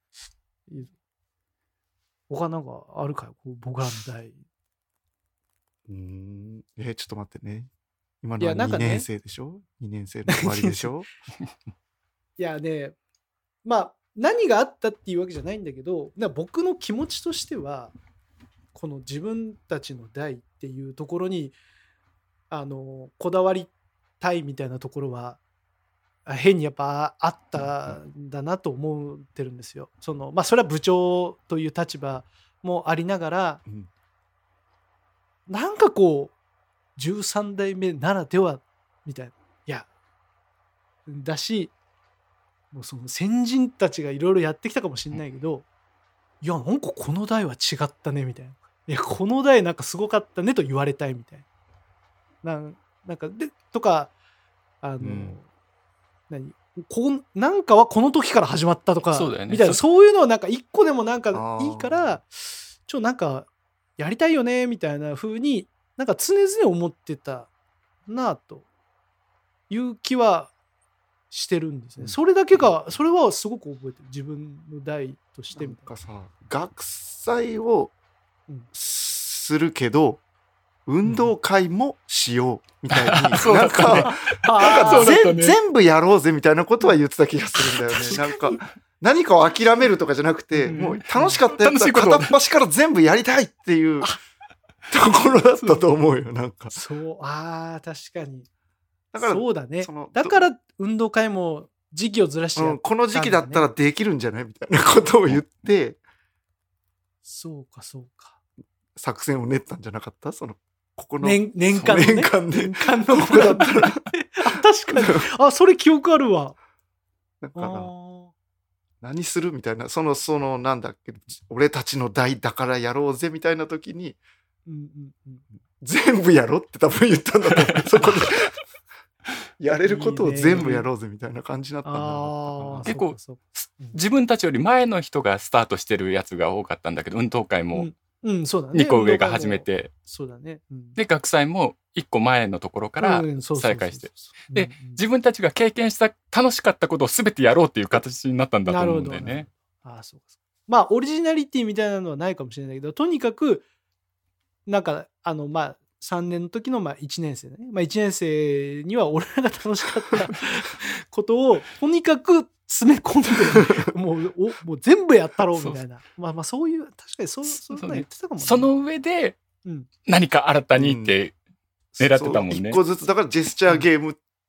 他なんかあるかよ、僕らの代。 うーん。えーちょっと待ってね。今のはいやなんかねにねん生でしょ ?に 年生の終わりでしょいやね、まあ、何があったっていうわけじゃないんだけど、な僕の気持ちとしては、この自分たちの代っていうところに、あの、こだわりたいみたいなところは、あ変にやっぱあったんだなと思ってるんですよ。その、まあ、それは部長という立場もありながら、 うんなんかこう、じゅうさん代目ならでは、みたいな。いや、だし、もうその先人たちがいろいろやってきたかもしれないけど、いや、なんかこの代は違ったね、みたいな。いや、この代なんかすごかったねと言われたいみたいな。なんなんか、で、とか、あの、 うん何こんなんかはこの時から始まったとか、 そうだよねみたいな、 そそういうのをなんか一個でもなんかあーいいから、ちょ、なんか、やりたいよね、みたいな風に、なんか常々思ってたなという気はしてるんですね。 うんそれだけが、それはすごく覚えてる。自分の代としてなんみたいかさ、学祭をうんするけど、運動会もしようみたいに、 そうだなんか、 ったねな。 なんあーかぜそうだったね全部やろうぜみたいなことは言ってた気がするんだよね。なんか、何かを諦めるとかじゃなくて、 うんもう楽しかったやつは楽しいこと片っ端から全部やりたいっていうところだったと思うよ、なんか。 そう、ああ、確かに。 だから、 そうだねその。 だから運動会も時期をずらしてやっうん、この時期だったらできるんじゃないみたいなことを言って、 そうか、そうか。 作戦を練ったんじゃなかったその、ここの、 年年間のね。 年間で年間のここだったら。あ、確かに。あ、それ記憶あるわ。あだから、 ー何するみたいな、その、その、なんだっけ、俺たちの代だからやろうぜみたいな時に、 うんうんうん。 全部やろうって多分言ったんだと思う。そこで。やれることを全部やろうぜみたいな感じだったんだろああ、 うな。 結構そうかそうか自分たちより前の人がスタートしてるやつが多かったんだけど、運動会もうんうん、そうだね。 にこ上が始め運動会も。 て、 そうだね。うんで、学祭もいっこまえのところからうんそうそうそうそう再開して。 うんで、自分たちが経験した楽しかったことを全てやろうっていう形になったんだと思うんだよなるほどね。 ああ、そうかそうか。まあ、オリジナリティみたいなのはないかもしれないけど、とにかく、なんか、あの、まあ、さんねんの時のまあいちねん生ね。まあいちねん生には俺らが楽しかったことを、とにかく詰め込んで、もう、おもう全部やったろうみたいな。まあまあ、そういう、確かにそう、そういうことは言ってたかもね。 その上でうん、 何か新たにって狙ってたもんねそう一個ずつ、だからジェスチャーゲーム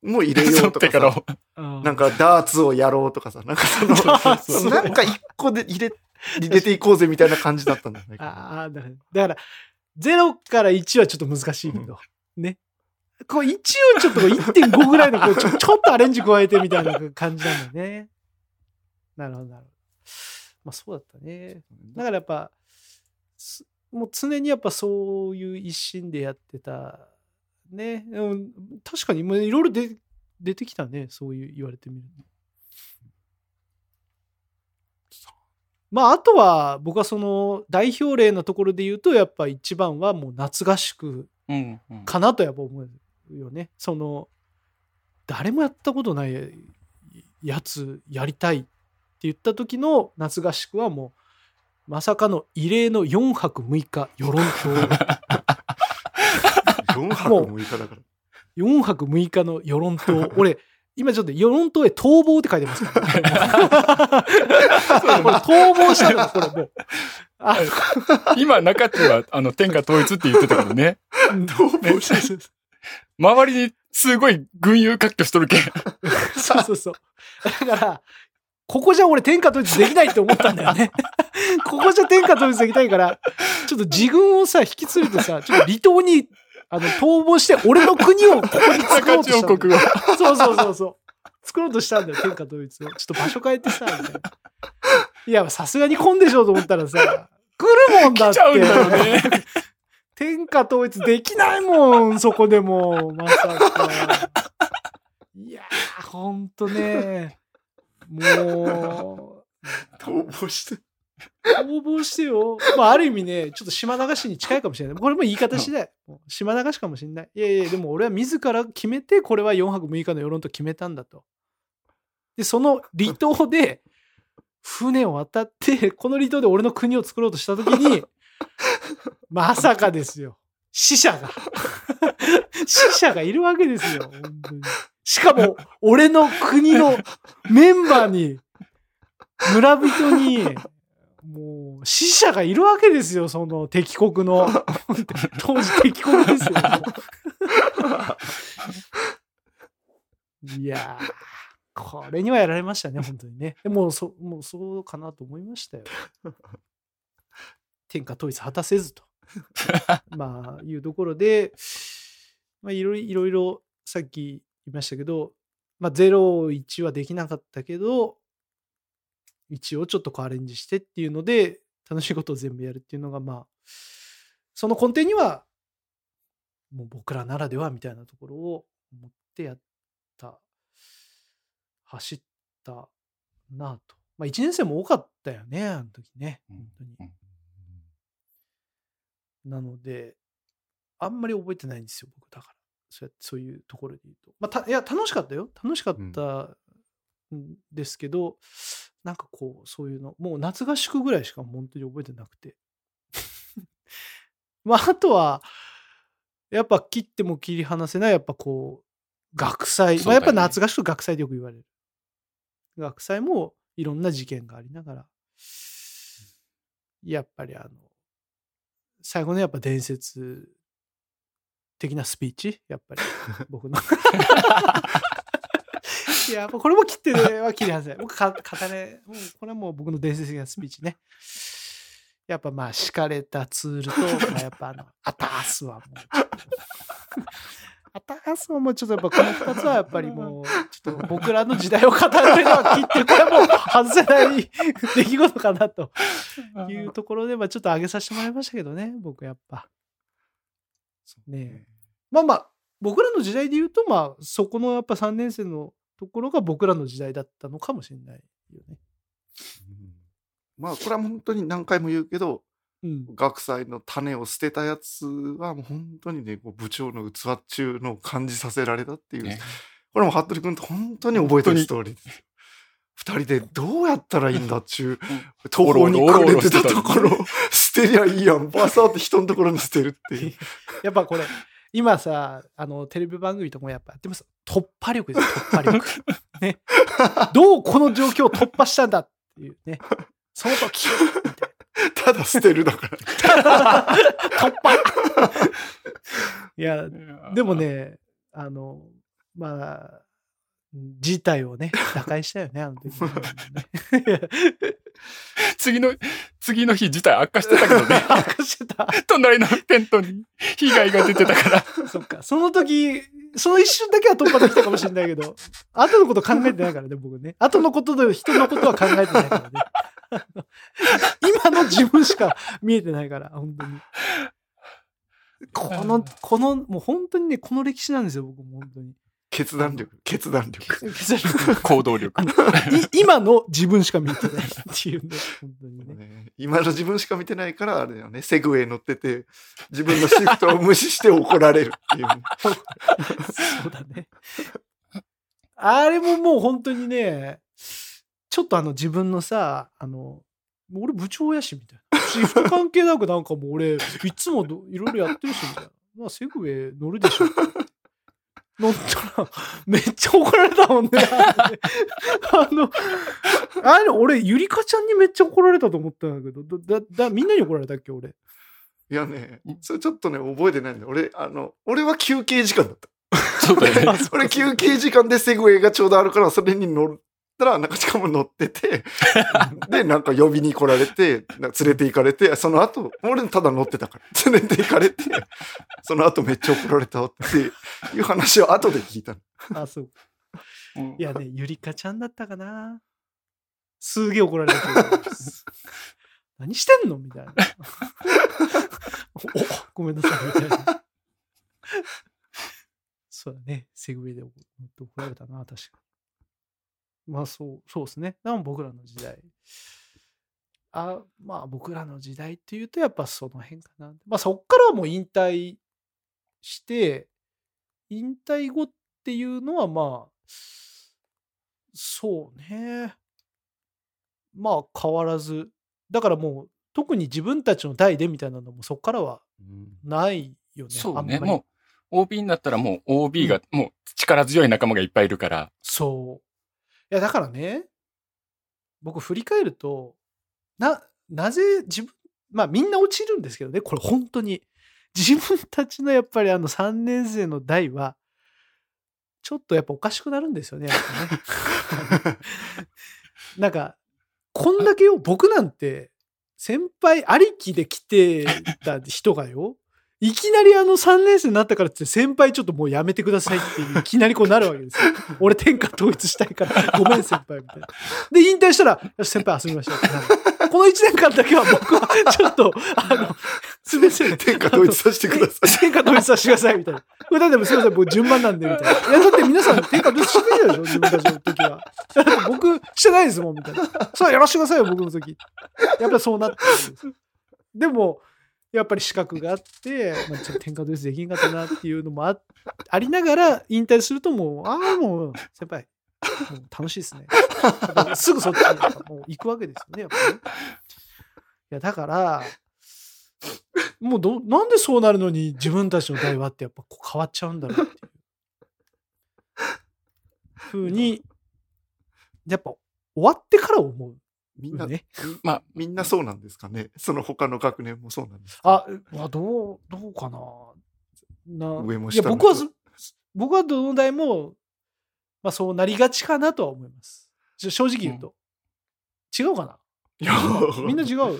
も入れよそうっとかてからさ、 うんなんかダーツをやろうとかさ、なんかその、 そうそうなんか一個で入れ、入れていこうぜみたいな感じだったんだよね。 ああ、だから、だから、ゼロからいちはちょっと難しいけど、ね。こういちをちょっとこういってんごぐらいのこうちょ、ちょっとアレンジ加えてみたいな感じなんだよね。なるほど、なるほど。まあそうだったね。だからやっぱ、すもう常にやっぱそういう一心でやってた。ね。うん、確かにもういろいろで出てきたね。そういう言われてみると。まああとは僕はその代表例のところで言うとやっぱ一番はもう夏合宿うんうんかなとやっぱ思うよね。その誰もやったことないやつやりたいって言った時の夏合宿はもうまさかの異例のよんはくむいか与論島よんはくむいかだから。 よんはくむいかの与論島俺今ちょっと与論島へ逃亡って書いてますからねこれ逃亡したのこれもうあ今、中地は、あの、天下統一って言ってたからね。 逃亡したそう周りにすごい群雄割拠しとるけん。 そうそうそうだからここじゃ俺天下統一できないって思ったんだよねここじゃ天下統一できないからちょっと自軍をさ引き連れてさちょっと離島にあの逃亡して俺の国をここに作ろうとしたんだよ中地王国を。 そうそうそうそう作ろうとしたんだよ天下統一をちょっと場所変えてさみたいないやさすがに混んでしょうと思ったらさ来るもんだって来ちゃうんだよね。 天下統一できないもんそこでもまさかいやーほんとねも逃亡して。 う逃亡してよまあある意味ねちょっと島流しに近いかもしれないこれも言い方次第もう島流しかもしれないいやいやでも俺は自ら決めてこれはよんはくむいかの世論と決めたんだとでその離島で船を渡ってこの離島で俺の国を作ろうとした時にまさかですよ死者が死者がいるわけですよ本当にしかも俺の国のメンバーに村人にもう死者がいるわけですよその敵国の当時敵国ですよいやーこれにはやられましたね本当にねでもそもうそうかなと思いましたよ天下統一果たせずとまあいうところでまあいろいろいろさっき言いましたけどまあゼロいちはできなかったけどいちをちょっとこうアレンジしてっていうので楽しいことを全部やるっていうのがまあその根底にはもう僕らならではみたいなところを持ってやった走ったなとまあいちねん生も多かったよねあの時ね本当に、 うんなのであんまり覚えてないんですよ僕だからそうやってそういうところで言うとまあたいや楽しかったよ楽しかったんですけど、なんかこうそういうのもう夏合宿ぐらいしか本当に覚えてなくてまああとはやっぱ切っても切り離せないやっぱこう学祭、まあ、やっぱ夏合宿学祭でよく言われる学祭もいろんな事件がありながらやっぱりあの最後のやっぱ伝説的なスピーチやっぱり僕のいやこれも切っては切り離せない僕か語れもうこれはもう僕の伝説的なスピーチねやっぱまあ敷かれたツールと、まあ、やっぱあのアタースはもうアタースはもうちょっとやっぱこのふたつはやっぱりもうちょっと僕らの時代を語るのは切ってからもう外せない出来事かなというところでまあちょっと上げさせてもらいましたけどね僕やっぱねえまあまあ僕らの時代で言うとまあそこのやっぱさんねん生のところが僕らの時代だったのかもしれないよね。 うん、まあこれは本当に何回も言うけど、 うん、 学祭の種を捨てたやつはもう本当にねこう部長の器中のを感じさせられたっていう、ね、これも服部君と本当に覚えてるストーリーです。二人でどうやったらいいんだっちゅう途方に暮れてたところを捨てりゃいいやんバサーって人のところに捨てるっていうやっぱこれ今さあのテレビ番組とかもやっぱやってます突破力です突破力ねどうこの状況を突破したんだっていうねその時みたいなただ捨てるだから突破いやでもねあのまあ、事態をね、打開したよね、あの時ね。 次の、次の日自体悪化してたけどね。 悪化してた。 隣のテントに被害が出てたから。 そっか。その時、その一瞬だけは突破できたかもしれないけど、後のこと考えてないからね、僕ね。後のことで人のことは考えてないからね。今の自分しか見えてないから、本当に。この、この、もう本当にね、この歴史なんですよ、僕も本当に。 決断力、決断力。 決断力行動力。 今の自分しか見てないっていうね、本当にね。 ね今の自分しか見てないから、あれだよね、セグウェイ乗ってて、自分のシフトを無視して怒られるっていう、ね。 そうだね。あれももう本当にね、ちょっとあの自分のさ、あの、俺部長やしみたいな。シフト関係なくなんかもう俺、いつもどいろいろやってるしみたいな。まあセグウェイ乗るでしょ。乗ったら、めっちゃ怒られたもんね。あの、あれ、俺、ゆりかちゃんにめっちゃ怒られたと思ったんだけど、だ、だ、みんなに怒られたっけ、俺。 いやね、それちょっとね、覚えてないんだよ。俺、あの、俺は休憩時間だった。 そうだよね。 俺、休憩時間でセグウェイがちょうどあるから、それに乗ったら、なんかしかも乗ってて、で、なんか呼びに来られて、なんか連れて行かれて、その後、俺ただ乗ってたから、連れて行かれて、その後めっちゃ怒られたっていう話を後で聞いたの。 あ、そう。 うんいやね、ゆりかちゃんだったかな。すげえ怒られたけど。何してんのみたいな。お、ごめんなさい、みたいな。そうだね、セグウェイで怒られたな、確かに。まあそう、そうですね。でも僕らの時代。あ、まあ僕らの時代っていうとやっぱその辺かな。まあそっからはもう引退して、引退後っていうのはまあ、そうね。まあ変わらず。だからもう特に自分たちの代でみたいなのもそっからはないよね。 そうね。 あんまりもう オービー になったらもう オービー がもう力強い仲間がいっぱいいるから。 そう。いやだからね、僕振り返ると、な、なぜ自分、まあみんな落ちるんですけどね、これ本当に。自分たちのやっぱりあのさんねん生の代は、ちょっとやっぱおかしくなるんですよね、やっぱね。なんか、こんだけよ、僕なんて、先輩ありきで来てた人がよ、いきなりあのさんねん生になったからって先輩ちょっともうやめてくださいっていきなりこうなるわけですよ。俺天下統一したいからごめん先輩みたいな。で引退したらよし先輩遊びましょうってなる。このいちねんかんだけは僕はちょっとあのすみません天下統一させてください。 天下統一させてくださいみたいな。これだってもすみません僕順番なんでみたいな。いやだって皆さん天下統一してるでしょ自分たちの時は。だって僕してないですもんみたいな。そうやらせてくださいよ僕の時。やっぱりそうなってるんです。でもやっぱり資格があって、まあ、ちょっと天下統一できんかったなっていうのも あ, ありながら引退するともうああもう先輩もう楽しいですね。すぐそっちにもう行くわけですよねやっぱり、ね。いやだからもうどなんでそうなるのに自分たちの代はってやっぱこう変わっちゃうんだろうっていうふうにやっぱ終わってから思う。 みんな、 ね、 まあ、みんなそうなんですかね。その他の学年もそうなんですか。 あ、あどう、どうかな。な上も下も。 いや、僕は、僕はどの代も、まあそうなりがちかなとは思います。正直言うと。うん、違うかな。いやみんな違う。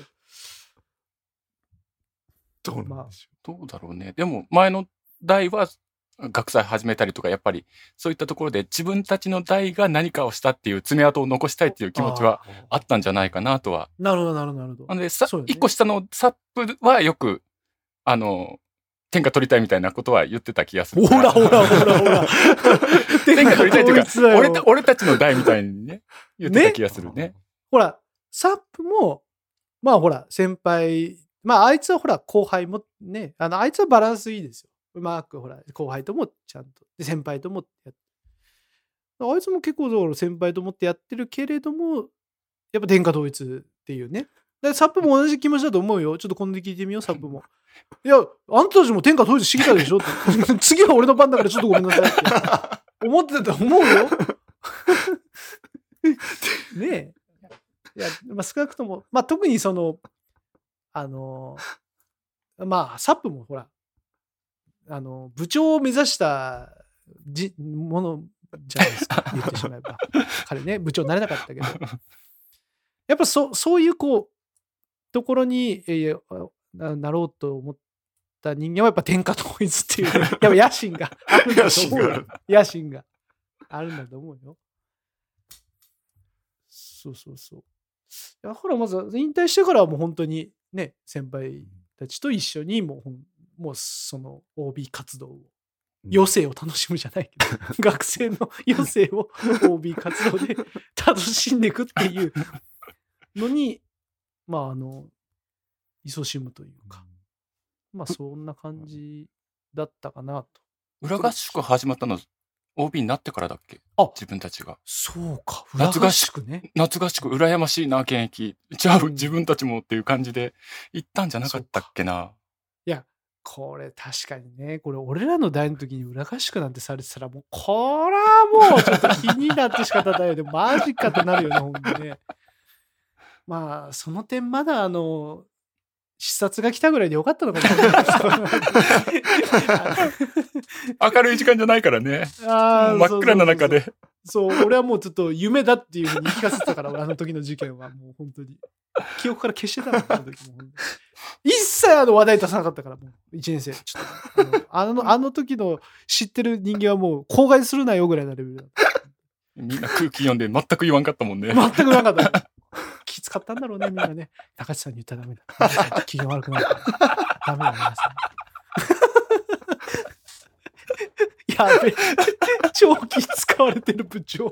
どうなんでしょう、 まあ。どうだろうね。でも、前の代は、学祭始めたりとか、やっぱりそういったところで自分たちの代が何かをしたっていう爪痕を残したいっていう気持ちはあったんじゃないかなとは。 なるほど、なるほど、なるほど。 なので、さ、一個下のサップはよく、あの、天下取りたいみたいなことは言ってた気がする。 ほらほらほらほら。 天下取りたいというか、俺た、俺たちの代みたいにね、言ってた気がするね。ねほら、サップも、まあほら、先輩、まああいつはほら、後輩もね、あの、あいつはバランスいいですよ。うまくほら後輩ともちゃんとで先輩ともやってあいつも結構先輩と思ってやってるけれどもやっぱ天下統一っていうねでサップも同じ気持ちだと思うよちょっと今度聞いてみようサップもいやあんたたちも天下統一してきたでしょって次は俺の番だからちょっとごめんなさいって思ってたと思うよねえいや、まあ、少なくともまあ特にそのあのまあサップもほらあの部長を目指したじものじゃないですか言ってしまえば彼ね部長になれなかったけどやっぱそそういうこうところに、えー、な, なろうと思った人間はやっぱ天下統一っていう、ね、やっぱ野心があるんだと思うよ野心があるんだと思うよ。そうそうそう。だからまず引退してからはもう本当にね先輩たちと一緒にもうもうその オービー 活動を余生を楽しむじゃないけど、うん、学生の余生を オービー 活動で楽しんでいくっていうのにまああの勤しむというか、まあそんな感じだったかなと。 裏合宿始まったの オービー になってからだっけ？ あ、 自分たちが。 そうか。裏合宿ね。 夏合宿羨ましいな現役。じゃあ、うん、自分たちもっていう感じで行ったんじゃなかったっけな。 いやこれ確かにねこれ俺らの代の時に裏合宿なんてされてたらもうこれはもうちょっと気になって仕方ないよねマジかってなるよねほんとね。まあその点まだあの視察が来たぐらいでよかったのかもしれない明るい時間じゃないからね。あ真っ暗な中でそう俺はもうちょっと夢だっていうふうに言い聞かせてたから俺あの時の事件はもう本当に記憶から消してたのあの時も一切あの話題出さなかったからもういちねん生ちょっとあの、あの、あの時の知ってる人間はもう口外するなよぐらいのレベルだった。 みんな空気読んで全く言わんかったもんね。 全く言わんかったきつかったんだろうねみんなね。高知さんに言ったらダメだ機嫌悪くなるからダメだ皆さんやべ超気使われてる部長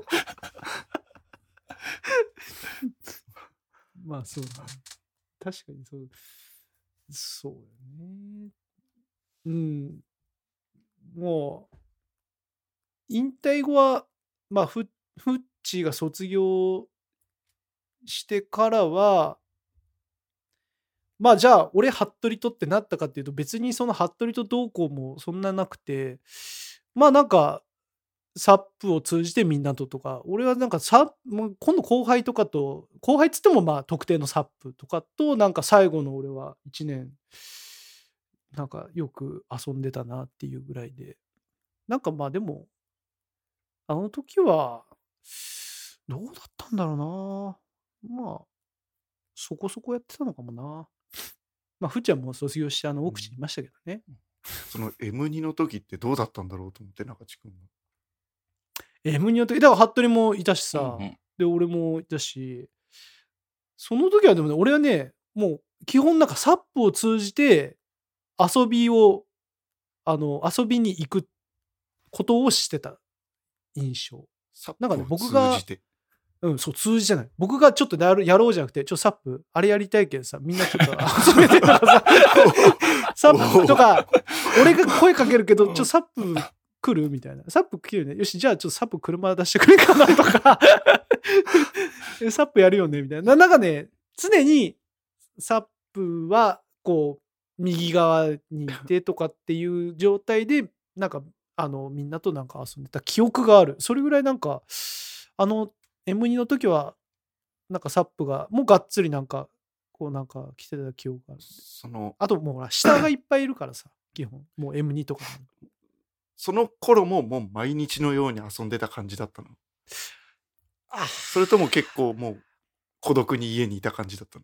まあそうだね確かにそうそうよねうんもう引退後はまあフフッチーが卒業してからはまあじゃあ俺服部とってなったかっていうと別にその服部とどうこうもそんななくてまあなんかサップを通じてみんなととか俺はなんかサ今度後輩とかと後輩っつってもまあ特定のサップとかとなんか最後の俺はいちねんなんかよく遊んでたなっていうぐらいでなんかまあでもあの時はどうだったんだろうなまあそこそこやってたのかもなまあふっちゃんも卒業してあの奥地にいましたけどね、うん、 その エムツー の時ってどうだったんだろうと思って中地君のエムツー の時だから服部もいたしさ、うんうん、で俺もいたしその時はでもね俺はねもう基本なんかサップを通じて遊びをあの遊びに行くことをしてた印象なんかね僕が通じてうんそう通じてない僕がちょっとやるやろうじゃなくてちょっとサップあれやりたいけどさみんなちょっと遊べてたらさサップとか俺が声かけるけどちょっとサップ来るみたいなサップ来るねよしじゃあちょっとサップ車出してくれかなとかサップやるよねみたいななんかね常にサップはこう右側にいてとかっていう状態でなんかあのみんなとなんか遊んでた記憶があるそれぐらいなんかあの エムツー の時はなんかサップがもうがっつりなんかこうなんか来てた記憶があるそのあともうほら下がいっぱいいるからさ基本もう エムツー とかその頃ももう毎日のように遊んでた感じだったのあそれとも結構もう孤独に家にいた感じだった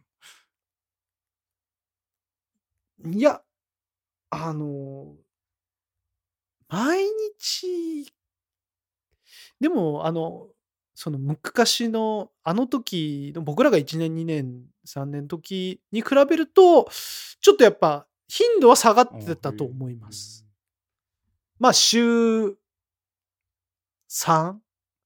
のいやあの毎日でもあのその昔のあの時の僕らがいちねんにねんさんねんの時に比べるとちょっとやっぱ頻度は下がってたと思います。まあ週さん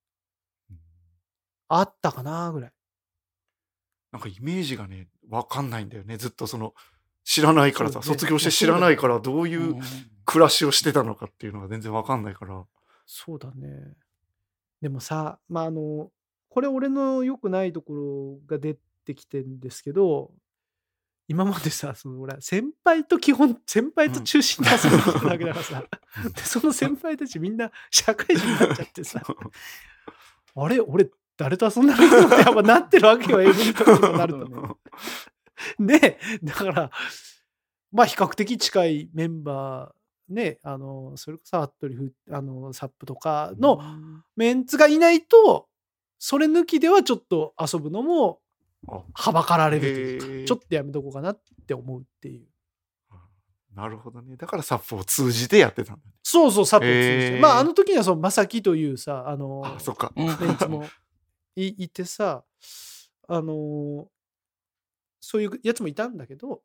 あったかなぐらい。 なんかイメージがね分かんないんだよねずっとその知らないからさ、ね、卒業して知らないからどういう暮らしをしてたのかっていうのが全然分かんないからそうだねでもさまああのこれ俺の良くないところが出てきてるんですけど今までさその俺先輩と基本先輩と中心に遊んできたわけだからさ、うん、でその先輩たちみんな社会人になっちゃってさあれ俺誰と遊んだのってやっぱなってるわけよエブリとかにもなるとねでだからまあ比較的近いメンバね、あの、それこそ服部ふあの、サップとかのメンツがいないと、それ抜きではちょっと遊ぶのもあはばかられるというか、 へーちょっとやめとこうかなって思うっていう。 なるほどね。だからサップを通じてやってたんだね。 そうそう、サップを通じて。 へーまあ、あの時にはその、まさきというさ、あの、 あ、そっか。 うんメンツもいいてさ、あの、そういうやつもいたんだけど、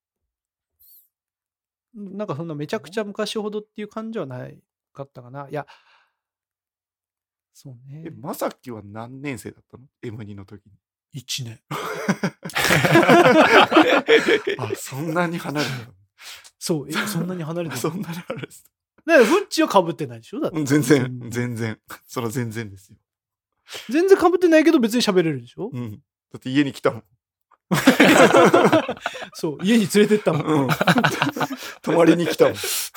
なんかそんなめちゃくちゃ昔ほどっていう感じはないかったかな。いや、そうえ、 ね。 まさきは何年生だったの エムツー の時に。 いちねん。 あ、そんなに離れてそう、えそんなに離れた。 てそる。 んなに離れてた。 だから、フッチは被ってないでしょだってうん全然、 うん全然。そら全然ですよ。 全然被ってないけど別に喋れるでしょうん。だって家に来たもん。 そう、家に連れてったもん。 うん。泊まりに来たもん。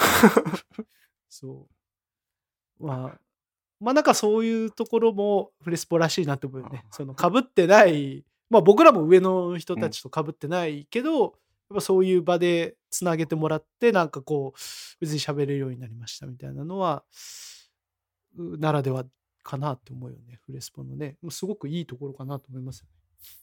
そう。まあ、まあなんかそういうところもフレスポらしいなって思うよね。 あその被ってない、まあ僕らも上の人たちと被ってないけど、やっぱそういう場でつなげてもらって、なんかこう、別に喋れるようになりましたみたいなのは、うならではかなって思うよね。フレスポのね。もうすごくいいところかなと思いますよね。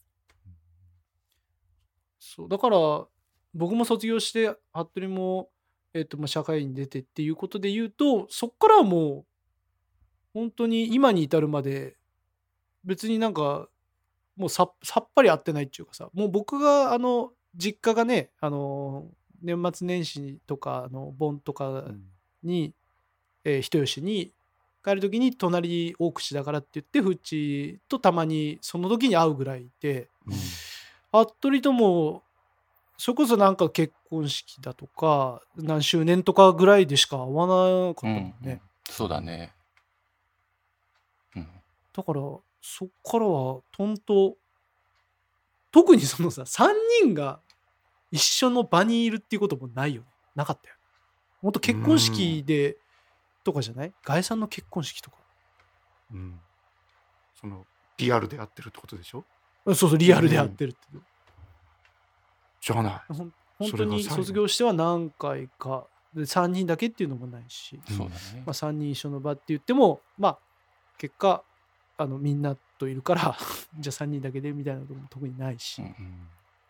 そうだから僕も卒業して服部も、えっとまあ社会に出てっていうことで言うと、そっからはもう本当に今に至るまで別になんかもうささっぱり会ってないっていうかさ、もう僕があの実家がね、あの年末年始とかあの盆とかに、えー人吉に帰る時に隣大口だからって言ってフッチとたまにその時に会うぐらいで、服部ともそれこそなんか結婚式だとか何周年とかぐらいでしか会わなかったもんね、 うんうんそうだね。うん。 だからそっからはとんと特にそのささんにんが一緒の場にいるっていうこともないよね。なかったよ。ほんと結婚式でとかじゃない？ガエさんの結婚式とか。 うん。その、リアルでやってるってことでしょ？ そうそう、リアルでやってるって。 じゃない。 ほん本そ当にれが最後卒業しては何回かでさんにんだけっていうのもないし、 うんそうだねまあ、。さんにん一緒の場って言ってもまあ結果あのみんなといるからじゃあさんにんだけでみたいなところも特にないし、 うんうん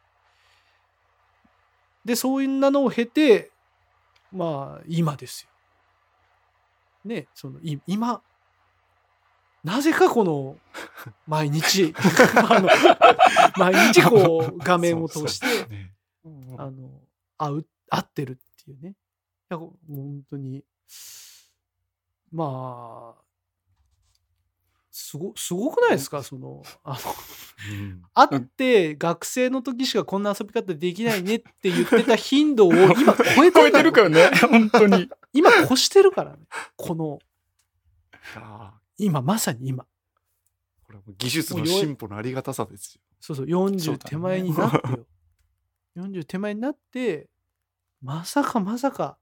でそういうなのを経てまあ今ですよ。ね、そのい今なぜかこの毎日あの毎日こう画面を通してそうそうねあの会う会ってるっていうね。いや本当にまあすごすごくないですか、そのあのうん会って学生の時しかこんな遊び方できないねって言ってた頻度を今超えて超えてるからるからね、本当に。 今越してるからね、このああ今まさに今これはもう技術の進歩のありがたさですよ。 そうそうよんじゅうそうだね手前になってよよんじゅう手前になってまさかまさか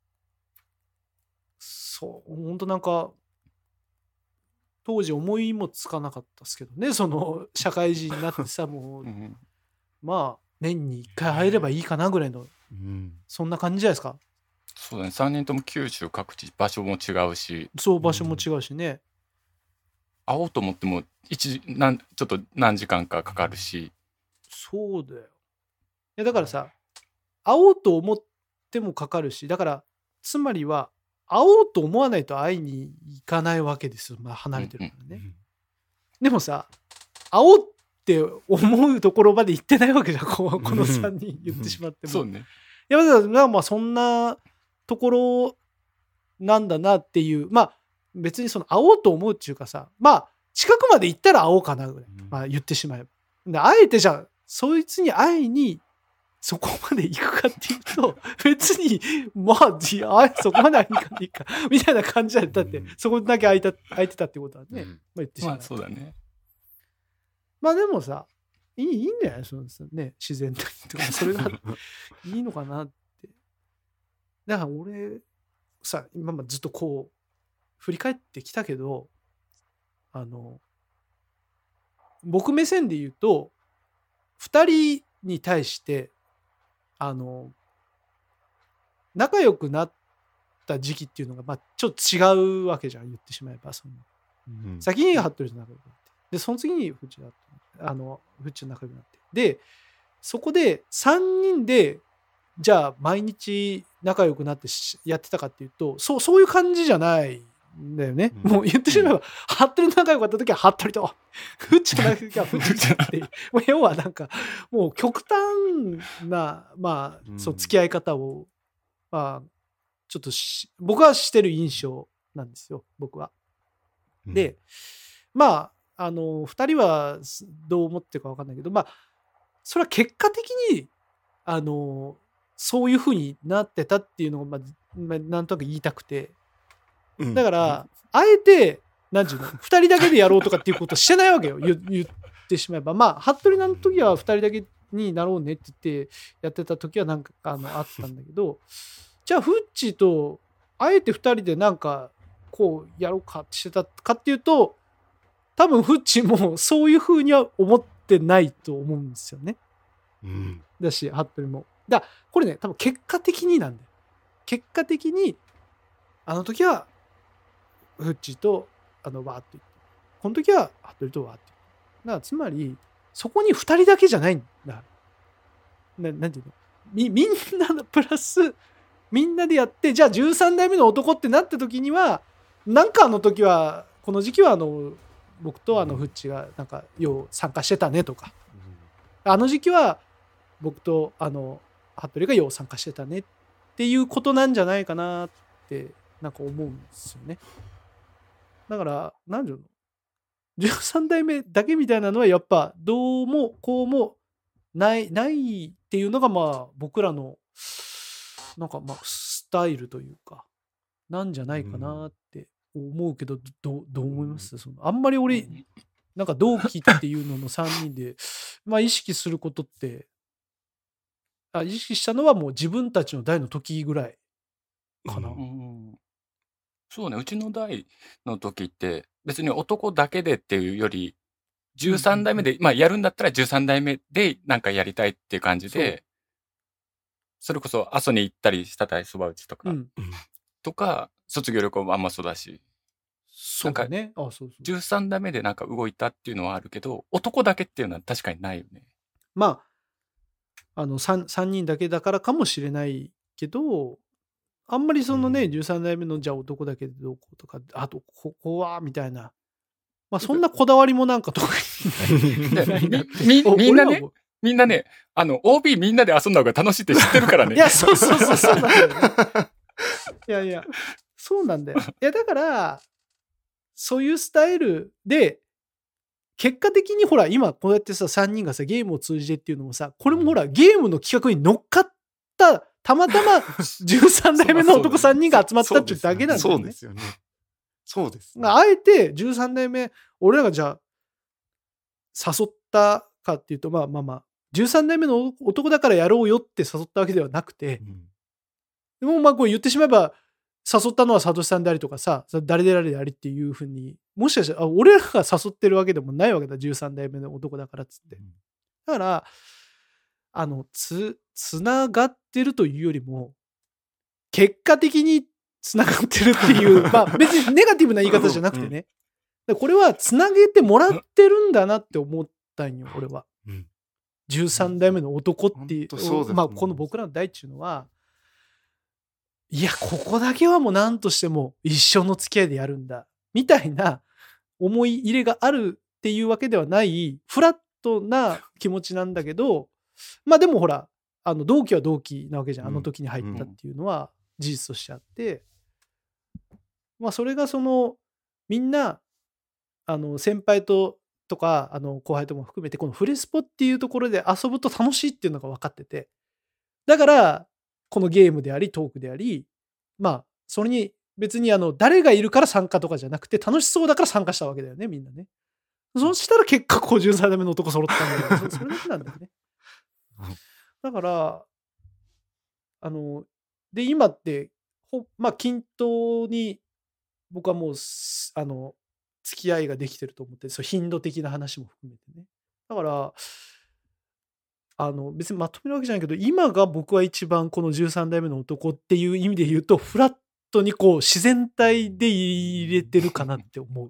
そう本当なんか当時思いもつかなかったですけどね、その社会人になってさもううんまあ年にいっかい会えればいいかなぐらいのうんそんな感じじゃないですか。 そうだね、さんにんとも九州各地場所も違うし、 そう場所も違うしね、 会おうと思っても一時なんちょっと何時間かかかるし、 そうだよ。いやだからさ会おうと思ってもかかるし、だからつまりは会おうと思わないと会いに行かないわけですよ、まあ、離れてるからね、 うんでもさ会おうって思うところまで行ってないわけじゃん、こうこのさんにん言ってしまっても、 そうね。 いやだからまあそんなところなんだなっていう、まあ別にその会おうと思うっていうかさ、まあ近くまで行ったら会おうかなぐらい、 うんまあ言ってしまえば。であえてじゃあそいつに会いにそこまで行くかっていうと別にまあいやあそこまで会いに行かないかみたいな感じだったって、 うんそこだけ空いた空いてたってことはね、 うんまあ言ってしまえば。 まあそうだね。 まあでもさいいいいんじゃないそのね自然体とかそれがいいのかなって。だから俺さ今までずっとこう振り返ってきたけど、あの僕目線で言うとふたりに対してあの仲良くなった時期っていうのが、まあ、ちょっと違うわけじゃん、言ってしまえば。そのうん先に服部と仲良くなって、でその次にフッチだったあのフッチと仲良くなって、でそこでさんにんでじゃあ毎日仲良くなってしやってたかっていうと、そうそういう感じじゃないんだよね。 うんもう言ってしまえば、服部と仲良くなった時は服部と、フッチと仲良くなった時はフッチっていう、もう要はなんかもう極端な、まあ、そう付き合い方を、まあ、ちょっとし僕はしてる印象なんですよ、僕は。で、まあ、あのふたりはすどう思ってるか分かんないけど、まあそれは結果的にあのそういうふうになってたっていうのを、まあまあ、なんとなく言いたくて、 うんだからあえて何ていうのふたりだけでやろうとかっていうことしてないわけよ、言言ってしまえば。まあ服部の時はふたりだけになろうねって言ってやってた時はなんかあのあったんだけど、じゃあフッチーとあえてふたりでなんかこうやろうかってしてたかっていうと、多分フッチーもそういうふうには思ってないと思うんですよね。 うんだし服部もだこれね、多分結果的になんだよ。結果的にあの時はフッチーとあのわーって言って、この時は服部とわーって言って、だからつまりそこにふたりだけじゃないんだ。ななんていうの、みみんなのプラスみんなでやって、じゃあじゅうさん代目の男ってなった時には、なんかあの時はこの時期はあの僕とあのフッチがなんかよう参加してたねとか、あの時期は僕とあの服部がよう参加してたねっていうことなんじゃないかなってなんか思うんですよね。だから何ていうの、じゅうさん代目だけみたいなのはやっぱどうもこうもないないっていうのが、まあ僕らのなんかまあスタイルというかなんじゃないかなって思うけど、どうどう思います？そのあんまり俺なんか同期っていうののさんにんでまあ意識することって、あ意識したのはもう自分たちの代の時ぐらいかな。 ううんそうね、うちの代の時って別に男だけでっていうよりじゅうさん代目で、まあやるんだったらじゅうさん代目でなんかやりたいっていう感じそうで、それこそ阿蘇に行ったりしたたいそば打ちとか、 うん、 とか卒業旅行もあんまそうだし、 そうだね。あそうそう。 じゅうさん代目でなんか動いたっていうのはあるけど、男だけっていうのは確かにないよね。 まああの 3, 3人だけだからかもしれないけど、あんまりそのね、 うんじゅうさん代目のじゃあ男だけでどうこうとか、あとここはみたいな、まあそんなこだわりもなんか特にないないなってみみみんなね俺は思うみんなね、あの、オービー みんなで遊んだ方が楽しいって知ってるからね。 いやそうそうそうそうなんだよね。いやいやそうなんだよ。いやだからそういうスタイルで結果的にほら今こうやってささんにんがさゲームを通じてっていうのもさ、これもほらゲームの企画に乗っかったたまたまじゅうさん代目の男さんにんが集まったっていうだけなんだよね。 そうですよね。そうですね。 あえてじゅうさん代目俺らがじゃあ誘ったかっていうと、まあまあまあじゅうさん代目の男だからやろうよって誘ったわけではなくて、 うんでもまあこう言ってしまえば誘ったのはサトシさんでありとかさ、誰でありでありっていうふうに、もしかしたらあ俺らが誘ってるわけでもないわけだ、じゅうさん代目の男だからっつって。だからあのつつながってるというよりも結果的につながってるっていうまあ別にネガティブな言い方じゃなくてね、でこれはつなげてもらってるんだなって思ったんよ俺は。 うんじゅうさん代目の男っていう、 本当そうだと思いますまあこの僕らの代っていうのは、いやここだけはもう何としても一生の付き合いでやるんだみたいな思い入れがあるっていうわけではないフラットな気持ちなんだけど、まあでもほらあの同期は同期なわけじゃん、あの時に入ったっていうのは事実としてあって、まあそれがそのみんなあの先輩ととかあの後輩とも含めてこのフレスポっていうところで遊ぶと楽しいっていうのが分かってて、だからこのゲームでありトークであり、まあそれに別にあの誰がいるから参加とかじゃなくて楽しそうだから参加したわけだよねみんなね。そしたら結果こうじゅうさん代目の男揃ったんだけど、それだけなんだよね。だからあので今ってほまあ均等に僕はもうすあの付き合いができてると思って、そう頻度的な話も含めてね。だからあの別にまとめるわけじゃないけど、今が僕は一番このじゅうさん代目の男っていう意味で言うとフラッ当にこう自然体で入れてるかなって思う。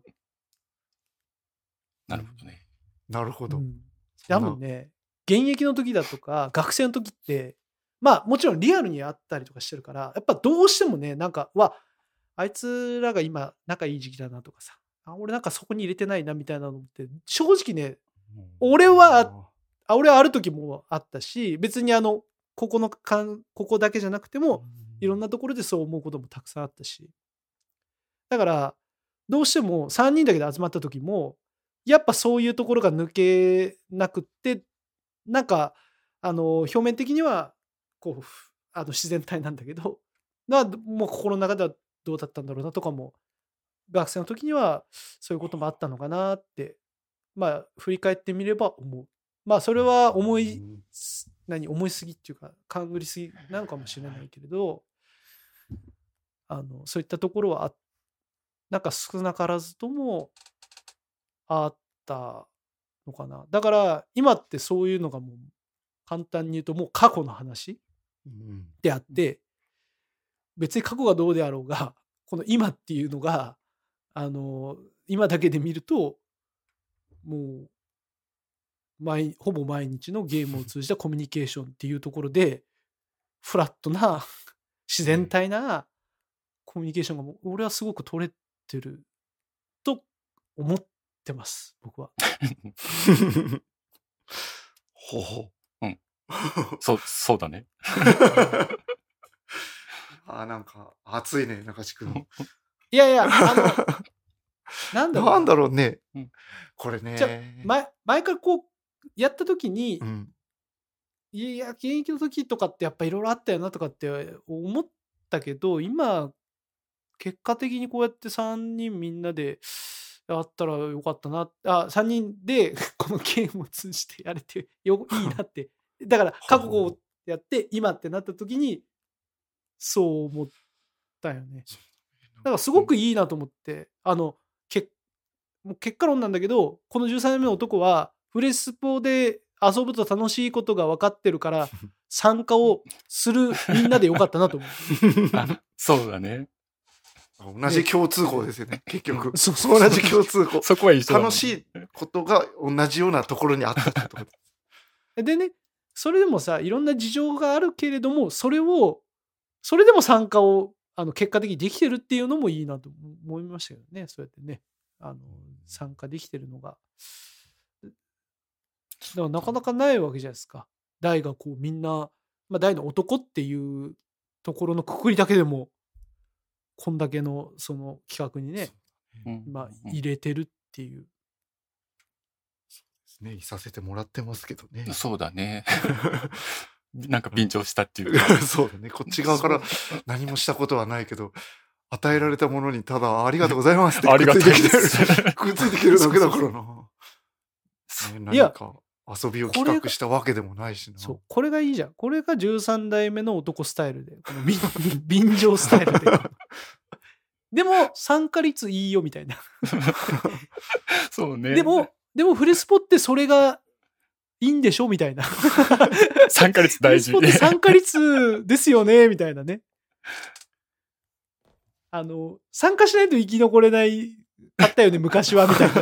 なるほどね。 なるほど。 うん、 そんな多分ね、現役の時だとか学生の時ってまあもちろんリアルにあったりとかしてるからやっぱどうしてもねなんかわあいつらが今仲いい時期だなとかさあ俺なんかそこに入れてないなみたいなのって正直ね俺はあ俺はある時もあったし別にあのここのかんここだけじゃなくてもいろんなところでそう思うこともたくさんあったしだからどうしてもさんにんだけで集まった時もやっぱそういうところが抜けなくってなんかあの表面的にはこうあの自然体なんだけどなもう心の中ではどうだったんだろうなとかも学生の時にはそういうこともあったのかなってまあ振り返ってみれば思う。まあそれは思い何思いすぎっていうか勘ぐりすぎなのかもしれないけれどあのそういったところはあなんか少なからずともあったのかな。だから今ってそういうのがもう簡単に言うともう過去の話うんであって別に過去がどうであろうがこの今っていうのがあの今だけで見るともう毎ほぼ毎日のゲームを通じたコミュニケーションっていうところでフラットな自然体なコミュニケーションがもう俺はすごく取れてると思ってます僕は。 ほほうんそう、そうだね。 あなんか熱いね中地君。 いやいやあのなんだろうなんだろうね、 うんこれね。 じゃ前前からこうやった時に、 うんいや現役の時とかってやっぱいろいろあったよなとかって思ったけど今結果的にこうやってさんにんみんなでやったらよかったなあさんにんでこのゲームを通じてやれてよいいなってだから過去をやって今ってなった時にそう思ったよね。だからすごくいいなと思ってあのけもう結果論なんだけどこのじゅうさんねんめの男はフレスポで遊ぶと楽しいことが分かってるから参加をするみんなでよかったなと思う。 あそうだね。 同じ共通項ですよね結局。 そうそう同じ共通項。 そこは一緒だもん楽しいことが同じようなところにあったってことでねそれでもさいろんな事情があるけれどもそれをそれでも参加をあの結果的にできてるっていうのもいいなと思いましたけどねそうやってねあの参加できてるのがだからなかなかないわけじゃないですか。大がこうみんな、まあ、大の男っていうところのくくりだけでもこんだけのその企画にね、 うんまあ、入れてるっていうねいさせてもらってますけどね。 そうだね。なんか便乗したっていうか。 そうだねこっち側から何もしたことはないけど与えられたものにただありがとうございますってありがたいでくっついてきてるす。 くっついてきてるだけだからな。ねいや何か遊びを企画したわけでもないしな。 そうこれがいいじゃん。これがじゅうさん代目の男スタイルでこの便便乗スタイルででも参加率いいよみたいなそうね。 でもでもフレスポってそれがいいんでしょみたいな参加率大事。 フレスポって参加率ですよねみたいなねあの参加しないと生き残れないかったよね昔はみたいな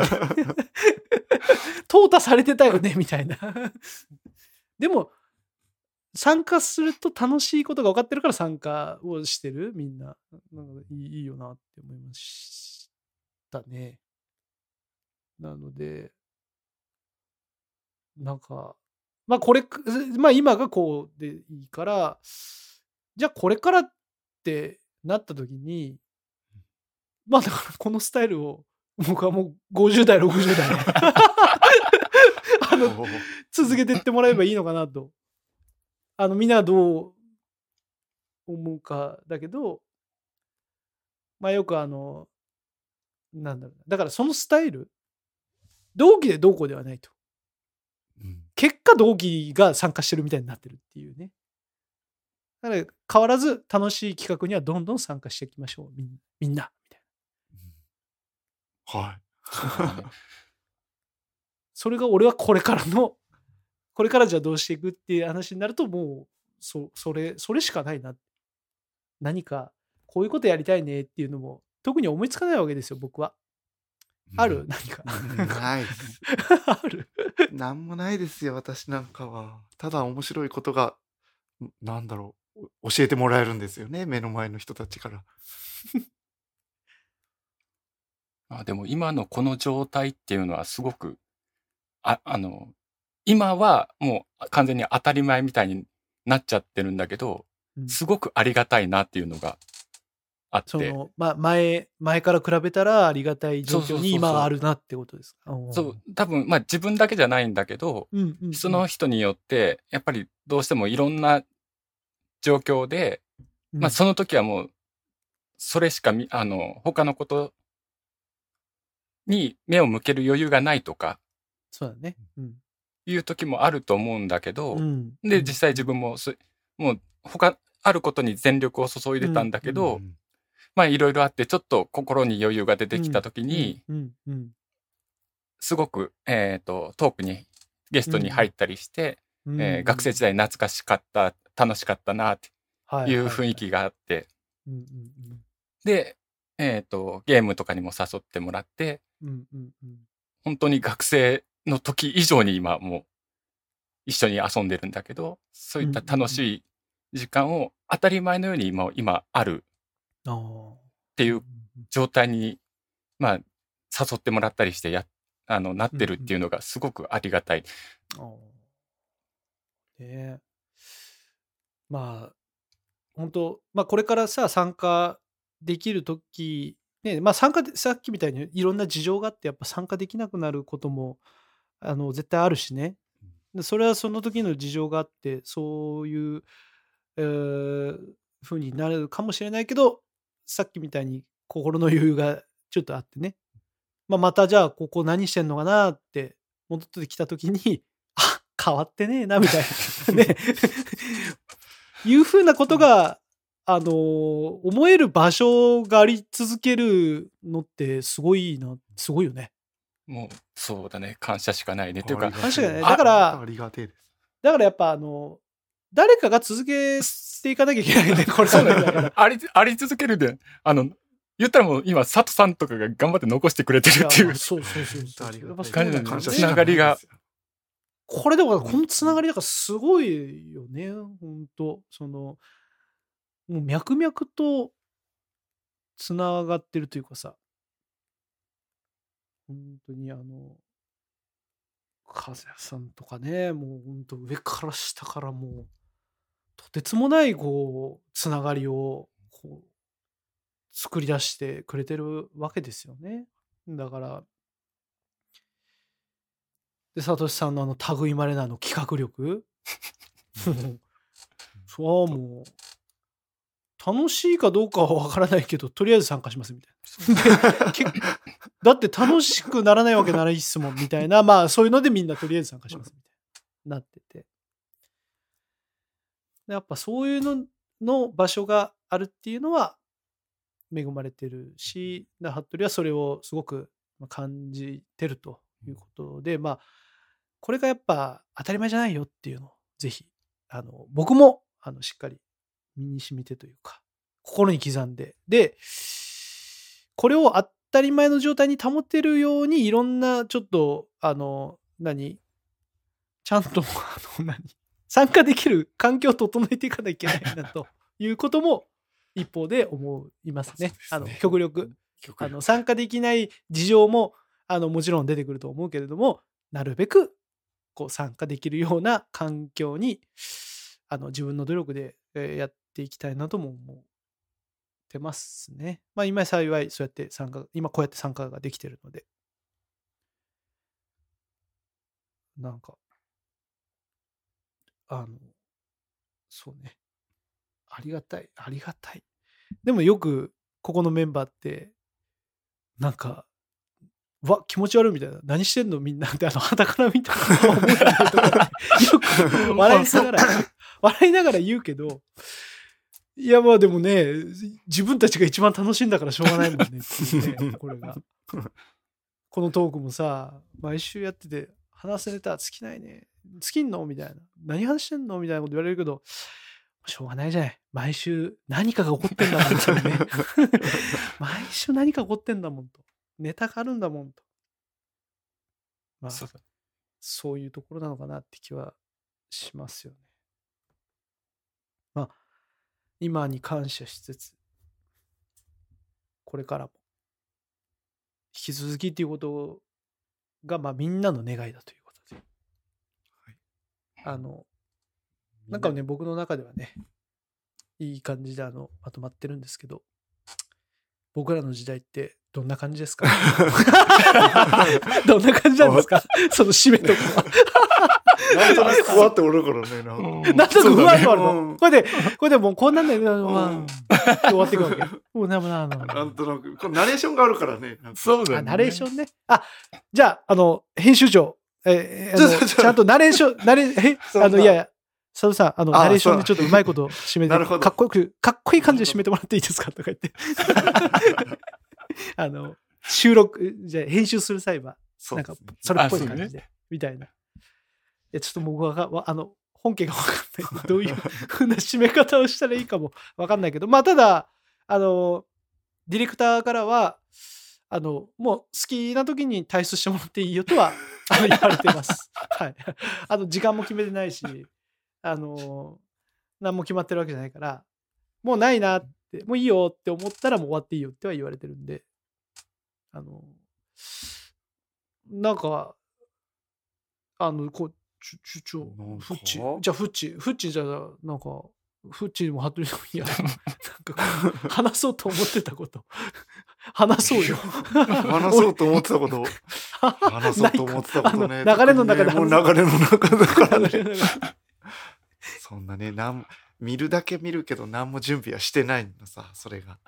淘汰されてたよねみたいなでも参加すると楽しいことが分かってるから参加をしてるみんななんかいいいいよなって思いましたね。なのでなんかまあこれまあ今がこうでいいからじゃあこれからってなった時にまあだからこのスタイルを僕はもうごじゅう代ろくじゅう代あの続けていってもらえばいいのかなとあのみんながどう思うかだけどまあよくあのなんだろうなだからそのスタイル同期でどうこうではないとうん結果同期が参加してるみたいになってるっていうねだから変わらず楽しい企画にはどんどん参加していきましょうみんみんなみたいなはいそうだね。 それが俺はこれからのこれからじゃあどうしていくっていう話になるともうそそれそれしかないな何かこういうことやりたいねっていうのも特に思いつかないわけですよ、僕は。ある何か。 ないです。 あるなんもないですよ、私なんかは。ただ面白いことが、なんだろう、教えてもらえるんですよね、目の前の人たちから。 あでも今のこの状態っていうのはすごく、あ、あの、今はもう完全に当たり前みたいになっちゃってるんだけど、 うんすごくありがたいなっていうのがあって、 その、ま、前、前から比べたらありがたい状況に今があるなってことですか。 そう、多分、まあ自分だけじゃないんだけど、 うんうんうんその人によって、やっぱりどうしてもいろんな状況で、まあその時はもう、それしかみ、あの、他のことに目を向ける余裕がないとか、 そうだね。うん。 いう時もあると思うんだけど、 うんで、実際自分もす、もう他、あることに全力を注いでたんだけど、 うんまあいろいろあって、ちょっと心に余裕が出てきた時に、 うんうんうんすごく、えっと、トークに、ゲストに入ったりして、 うんえー学生時代懐かしかった、楽しかったなっていうはいはいはい雰囲気があって、 うんうんで、えっと、ゲームとかにも誘ってもらって、 うんうんうんうん本当に学生の時以上に今もう一緒に遊んでるんだけど、そういった楽しい時間を当たり前のように今、今あるああ。 っていう状態に、まあ、誘ってもらったりしてや、あの、なってるっていうのがすごくありがたい。 ああ。ねえ。まあ、本当まあこれからさ、参加できるとき、ね、まあ参加で、さっきみたいにいろんな事情があって、やっぱ参加できなくなることも、あの、絶対あるしね。でそれはその時の事情があって、そういう、えー、ふうになるかもしれないけど、さっきみたいに心の余裕がちょっとあってね。まあ、またじゃあ、ここ何してんのかなって戻ってきた時に、あ、変わってねえなみたいなね。いうふうなことが、あの、思える場所があり続けるのってすごいな、すごいよね。 もう、そうだね。感謝しかないね。っていうか、 感謝がね。 あだからあ、りがてえです。 だからやっぱあの、誰かが続けていかなきゃいけないね、これそうはだね。あり、あり続けるで、あの、言ったらもう今、佐藤さんとかが頑張って残してくれてるっていういやまあそうそうそうそう。 ありがたいやっぱそう感じなんだよねでつながりが。 これでも、このつながりだからすごいよね、本当その、もう脈々とつながってるというかさ、本当にあの、和也さんとかね、もう本当上から下からもう、とてつもないこう、つながりをこう、作り出してくれてるわけですよね。だから、で、サトシさんのあの類まれなあの企画力そうもう、楽しいかどうかはわからないけど、とりあえず参加しますみたいな。でけだって楽しくならないわけないっすもんみたいな、まあそういうのでみんなとりあえず参加しますみたいな、なってて。でやっぱそういうのの場所があるっていうのは恵まれてるし、な服部はそれをすごく感じてるということで、まあ、これがやっぱ当たり前じゃないよっていうのを、ぜひ、あの、僕も、あの、しっかり身に染みてというか、心に刻んで、で、これを当たり前の状態に保てるように、いろんな、ちょっと、あの、何ちゃんと、あの、何参加できる環境を整えていかなきゃいけないな、ということも、一方で思いますね。あの、極力。あの参加できない事情もあのもちろん出てくると思うけれども、なるべくこう参加できるような環境にあの自分の努力で、えーやっていきたいなとも思ってますね。まあ今幸いそうやって参加、今こうやって参加ができてるので、なんか、あの、そうね、ありがたい、ありがたい。でもよくここのメンバーって、なんか、わ、気持ち悪いみたいな。何してんのみんなって、あの、傍から見たら思うよねとかってよく笑いながら、笑いながら言うけど、いや、まあでもね、自分たちが一番楽しいんだからしょうがないもんねっていうね、これが。このトークもさ、毎週やってて、話せネタ尽きないね。尽きんのみたいな。何話してんのみたいなこと言われるけど、しょうがないじゃない。 毎週何かが起こってんだもんとね。毎週何か起こってんだもんと。ネタがあるんだもんと。まあ、 そうそうそういうところなのかなって気はしますよね。まあ、今に感謝しつつ、これからも引き続きっていうことが、まあ、みんなの願いだということで。 はいあの、なんかね、僕の中ではね、いい感じであのまとまってるんですけど、僕らの時代ってどんな感じですか？どんな感じなんですか？その締めとかは。 なんとなくふわっておるからね。なんかうんなんとなく不安があるうんの。これで、これでもうこんなんだよね。まあうん終わっていくわけ。もうな、な、な、 なんとなく、これナレーションがあるからね。なんかあ、 そうだよね。 ナレーションね。あ、じゃあ、あの、編集長、えーあのちょちょちょちゃんとナレーション、ナレ、え、 そんなあの、いやいや、佐藤さん、あの、 あナレーションでちょっとうまいこと締めて、 なるほどかっこよく、かっこいい感じで締めてもらっていいですかとか言って。あの、収録、じゃあ編集する際は、なんかそうですね、 それっぽいあそうね感じで、みたいな。いや、ちょっと僕はわ、あの、本家が分かんない。どういうふうな締め方をしたらいいかも分かんないけど、まあ、ただ、あの、ディレクターからは、あの、もう好きな時に退出してもらっていいよとは、あの言われてます。はい。あの、時間も決めてないし、あの、何も決まってるわけじゃないから、もうないなって、もういいよって思ったらもう終わっていいよっては言われてるんで、あの、なんか、あの、こう、ちょ、ちょ、ちょなん、かフッチ、じゃあフッチ、フッチじゃあ、なんか、フッチも服部さんもいや、なんかこう話そうと思ってたこと、話そうよ。 話そうと思ってたこと、話そうと思ってたことね。 ないかあの流れの中で特にねもう流れの中だからね。 流れの中そんなね、なん見るだけ見るけど何も準備はしてないんださ、それが。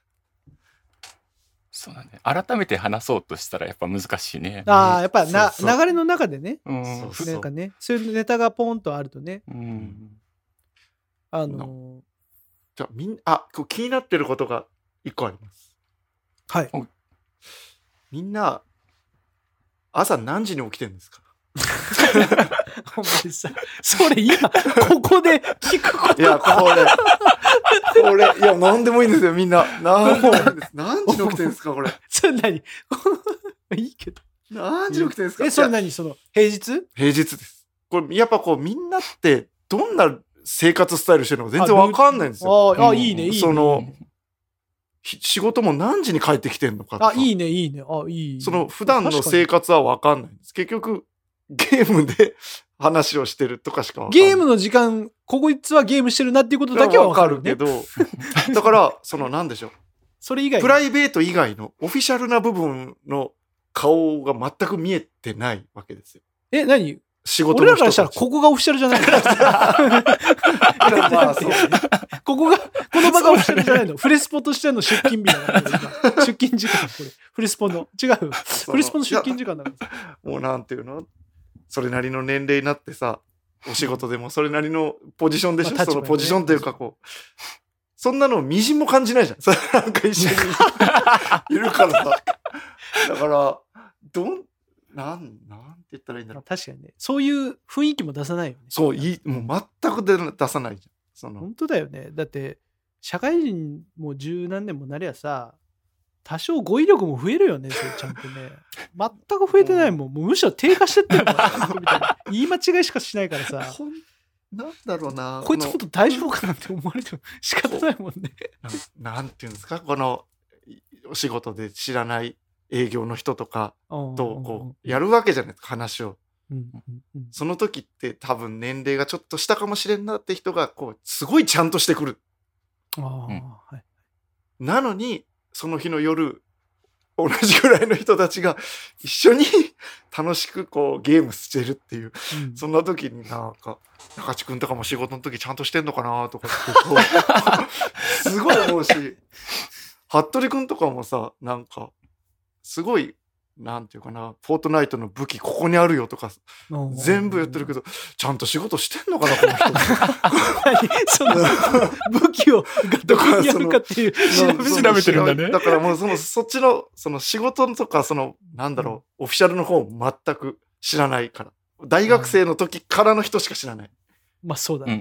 そうだね。改めて話そうとしたらやっぱ難しいね。 ああ、やっぱなそうそう流れの中でね、 うん。 そうそうなんかね、そういうネタがポンとあるとね、 うん。 あの、 じゃあみんあこう気になってることが一個あります。 はい。 みんな朝何時に起きてるんですか？ お前さ、それ今、ここで聞くこといやこれこれいや何でもいいんですよみんな。何でもいいです。何時に起きてるんですかこれ？ それ何いいけど。 何時に起きてるんですか？ え、それいや何その、平日平日です。これやっぱこうみんなってどんな生活スタイルしてるのか全然わかんないんですよ。 ああ、あうんいいね、いいね。 そのひ仕事も何時に帰ってきてんのかとか。 あ、いいね、いいね。あ、いい。 その普段の生活。 活は分かんないんです。結局、ゲームで話をしてるとかしか分かんない。 ゲームの時間、こいつはゲームしてるなっていうことだけは分か分かるよね。 るけど、だから、そのなんでしょう。 それ以外プライベート以外のオフィシャルな部分の顔が全く見えてないわけですよ。 え、何仕事俺らからしたらの人たち。 ここがオフィシャルじゃないのまあそうねここが、この場がオフィシャルじゃないのフレスポとしての出勤日だから、これ今出勤時間、これ。フレスポの。違う。 そのフレスポの出勤時間だから。 もうなんていうのそれなりの年齢になってさ、お仕事でもそれなりのポジションでしょ、 まあ立場よねそのポジションというかこう。そんなのみじんも感じないじゃん。それなんか一緒にいるからさ。だから、どん、なん、なんて言ったらいいんだろう。 確かにね。そういう雰囲気も出さないよね。 そう、いい、もう全く出出さないじゃん。その、 本当だよね。だって、社会人も十何年もなりゃさ、多少語彙力も増えるよね、それちゃんとね。全く増えてないもん。もうむしろ低下してってるからみたいな言い間違いしかしないからさ、 ほんなんだろうな。 こいつ本当大丈夫かなって思われても仕方ないもんね。 ななんていうんですか、この、いお仕事で知らない営業の人とかと、こう、やるわけじゃないですか、話を。 うんうんうんその時って多分年齢がちょっと下かもしれんなって人が、こう、すごいちゃんとしてくる。 ああ、 うんはい。 なのに、その日の夜、同じぐらいの人たちが一緒に楽しくこうゲームしてるっていう、 うんそんな時になんか、中地くんとかも仕事の時ちゃんとしてんのかなとかってこう、すごい思うし、服部くんとかもさ、なんか、すごい、なんていうかな、フォートナイトの武器ここにあるよとか、全部言ってるけど、ちゃんと仕事してんのかな、この人。 その武器をどこにあるかっていう調べそう調べてるんだねだからもうその、そっちの、その仕事とか、その、なんだろう、オフィシャルの方全く知らないから。大学生の時からの人しか知らない。 まあそうだね。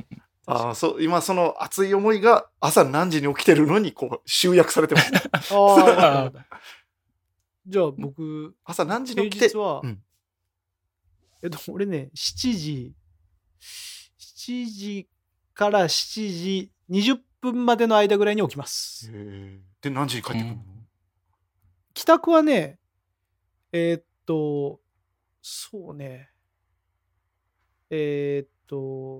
ああ、そう、今その熱い思いが朝何時に起きてるのにこう集約されてます。 ああ、わかったわかったじゃあ僕、 朝何時に平起きて、 日は、 うん、 えっと、俺ね、しちじ、しちじからしちじにじゅっぷんまでの間ぐらいに起きます。 へーで、何時に帰ってくるの？ 帰宅はね、えーっと、そうね、えーっと、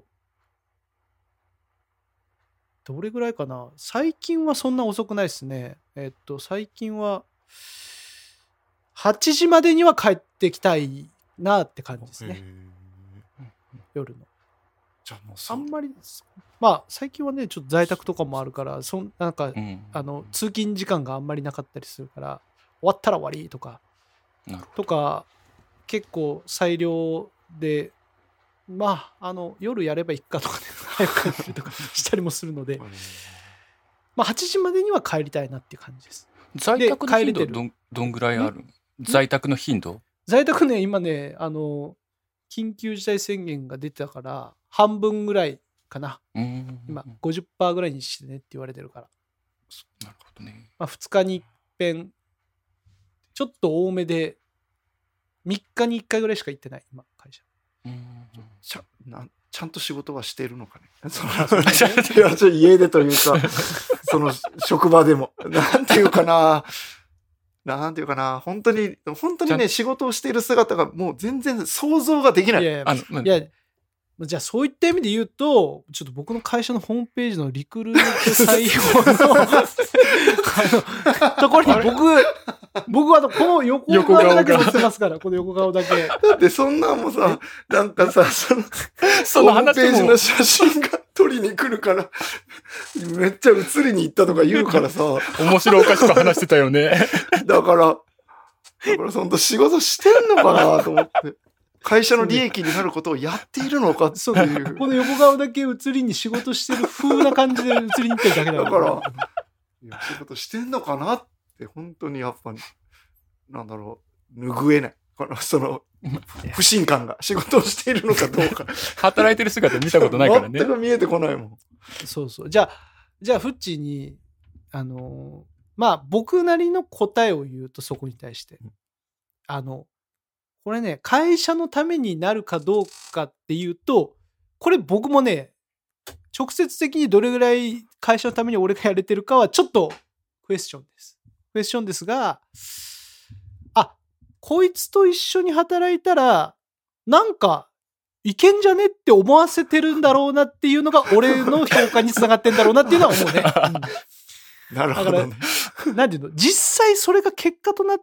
どれぐらいかな。最近はそんな遅くないですね。えーっと、最近は、はちじまでには帰ってきたいなって感じですね、 へー夜の。 じゃあもうそうあんまり、まあ、最近はね、ちょっと在宅とかもあるから、そんなんか、 うん。 あの、通勤時間があんまりなかったりするから、終わったら終わりとか、 なるほとか、結構裁量で、まあ、あの、夜やればいいかとかね、早く帰ったりとかしたりもするので、 へーまあ、はちじまでには帰りたいなっていう感じです。 ど。在宅の頻帰れてる度どんどんぐらいある？在宅の頻度？ 在宅ね、今ね、あの、緊急事態宣言が出てたから、半分ぐらいかな。 うん。 今、ごじゅっパーセントぐらいにしてねって言われてるから。 なるほどね。 まあ、ふつかにいっぺん、ちょっと多めで、みっかにいっかいぐらいしか行ってない、今、会社。 うん。 ちゃなんちゃんと仕事はしているのかね。そのいやちょっと家でというか、その職場でも。なんていうかな。なんていうかな。本当に、本当にちゃね、仕事をしている姿がもう全然想像ができない。 いやいや、 あの、うんいや、じゃあそういった意味で言うと、ちょっと僕の会社のホームページのリクルート採用のあのところに僕、僕はこの横顔だけ載せますから、この横顔だけ。 だってそんなんもさ、なんかさ、その、 そのホームペー話もジの写真が撮りに来るから、めっちゃ写りに行ったとか言うからさ、 面白おかしく話してたよね。 だから、だから本当仕事してんのかなと思って。会社の利益になることをやっているのかってそうね、 いう。 この横顔だけ写りに仕事してる風な感じで写りに行ってるだけだだから、いや仕事してんのかなって、本当にやっぱ、なんだろう、拭えない。この、その、不信感が、仕事をしているのかどうか。 働いてる姿見たことないからね。 全く見えてこないもん。 そうそう。じゃあ、じゃあ、フッチーに、あのーまあ、僕なりの答えを言うと、そこに対して。あの、これね、会社のためになるかどうかっていうと、これ僕もね、直接的にどれぐらい会社のために俺がやれてるかはちょっとクエスチョンです。クエスチョンですが、あ、こいつと一緒に働いたら、なんか、いけんじゃねって思わせてるんだろうなっていうのが俺の評価につながってんだろうなっていうのは思うね。うんなるほどね。 なんていうの、実際それが結果となって、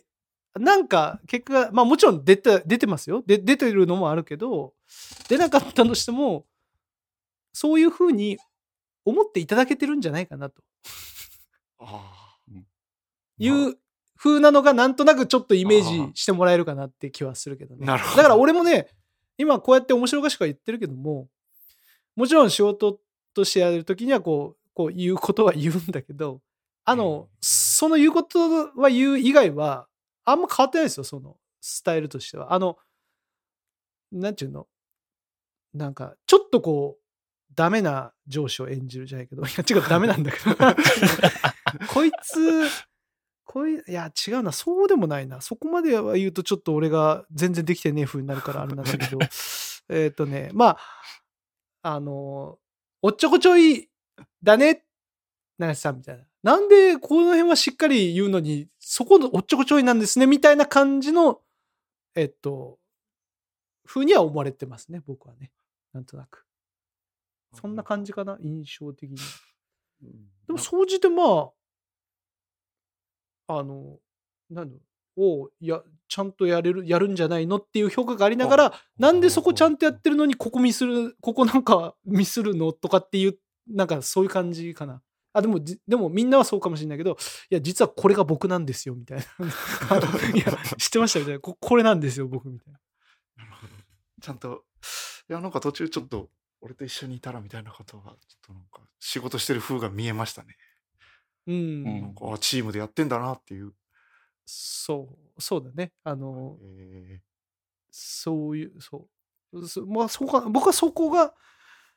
なんか結果が、まあもちろん出て、出てますよ。で出てるのもあるけど、出なかったとしても、そういうふうに思っていただけてるんじゃないかなとあいう風なのがなんとなくちょっとイメージしてもらえるかなって気はするけどね。 なるほどだから俺もね、今こうやって面白おかしくは言ってるけども、もちろん仕事としてやるときにはこう、こう言うことは言うんだけど、あの、その言うことは言う以外は、あんま変わってないですよ、そのスタイルとしては。あの、なんていうの、なんか、ちょっとこう、ダメな上司を演じるじゃないけど、いや、違う、ダメなんだけど、こいつ、こい、いや、違うな、そうでもないな。そこまでは言うと、ちょっと俺が全然できてねえ風になるからあれなんだけど、えっとね、まあ、あの、おっちょこちょいだね、長瀬さんみたいな。なんでこの辺はしっかり言うのに、そこのおっちょこちょいなんですね、みたいな感じの、えっと、風には思われてますね、僕はね。なんとなく。そんな感じかな、印象的には。でも、総じてまあ、あの、なんだをや、ちゃんとやれる、やるんじゃないのっていう評価がありながら、なんでそこちゃんとやってるのに、ここミスる、ここなんかミスるのとかっていう、なんかそういう感じかな。あ、でも、でもみんなはそうかもしれないけど、いや、実はこれが僕なんですよ、みたいな。いや、知ってましたみたいな。ここれなんですよ、僕、みたいな。 なるほど。ちゃんと、いや、なんか途中ちょっと、俺と一緒にいたらみたいなことが、ちょっとなんか、仕事してる風が見えましたね。 うん。 なんか、あチームでやってんだなっていう。 そう、そうだね。あの、 えそういう、そう。そまあ、そこが、僕はそこが、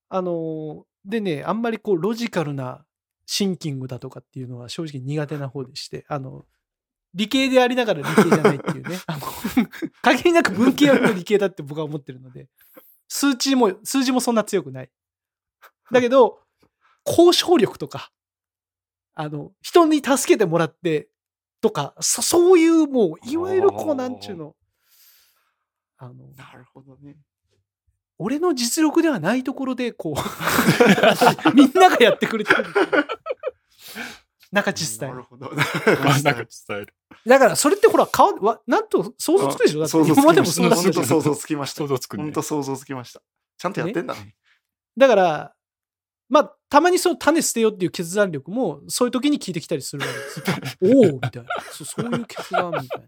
あの、でね、あんまりこう、ロジカルなシンキングだとかっていうのは正直苦手な方でして、あの、理系でありながら理系じゃないっていうね。あの限りなく文系よりも理系だって僕は思ってるので、数値も、数字もそんな強くない。だけど、交渉力とか、あの、人に助けてもらってとか、そそういうもう、いわゆるこう、なんちゅうの、あの、 なるほどね。 俺の実力ではないところで、こう、みんながやってくれてる。中地スタイル。 なるほど。 まあなんか伝える。 だから、それってほら、かわわなんと想像つくでしょだって想像つ今までもきました。 そうだったじゃん。 本当想像つきました。 想像つくね。 本当想像つきました。ちゃんとやってんだね。 だから、まあ、たまにその種捨てようっていう決断力も、そういう時に聞いてきたりするわけですよ。おおみたいな。そそういう決断みたい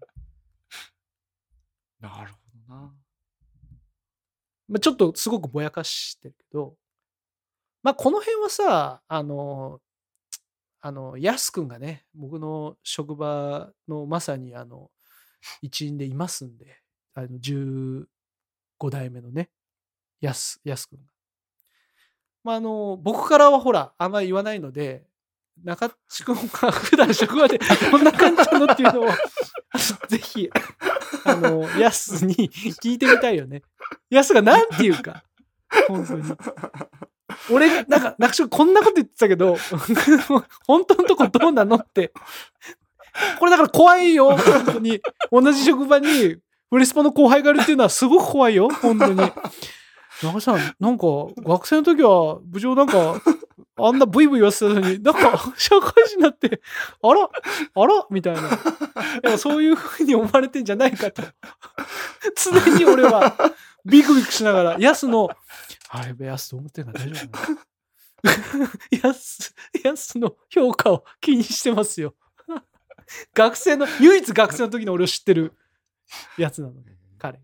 な。 なるほどな。 まあ、ちょっとすごくぼやかしてるけど、まあ、この辺はさ、あの、あの、やすくんがね、僕の職場のまさにあの、一員でいますんで、あの、じゅうご代目のね、やす、やすくんが。まあ、あの、僕からはほら、あんまり言わないので、中地君が普段職場でこんな感じなのっていうのを、ぜひ、あの、やすに聞いてみたいよね。やすがなんていうか、本当に。俺、なんか、中地君こんなこと言ってたけど、本当のとこどうなのって。これだから怖いよ、本当に。同じ職場にフレスポの後輩がいるっていうのはすごく怖いよ、本当に。中地さん、なんか、学生の時は部長なんか、あんなブイブイ言わせたのに、なんか、社会人になって、あらあらみたいな。でもそういう風に思われてんじゃないかと。常に俺は、ビクビクしながら、ヤスの、あれ、ヤスと思ってるから大丈夫かな。ヤス、ヤスの評価を気にしてますよ。学生の、唯一学生の時の俺を知ってるやつなので、彼が。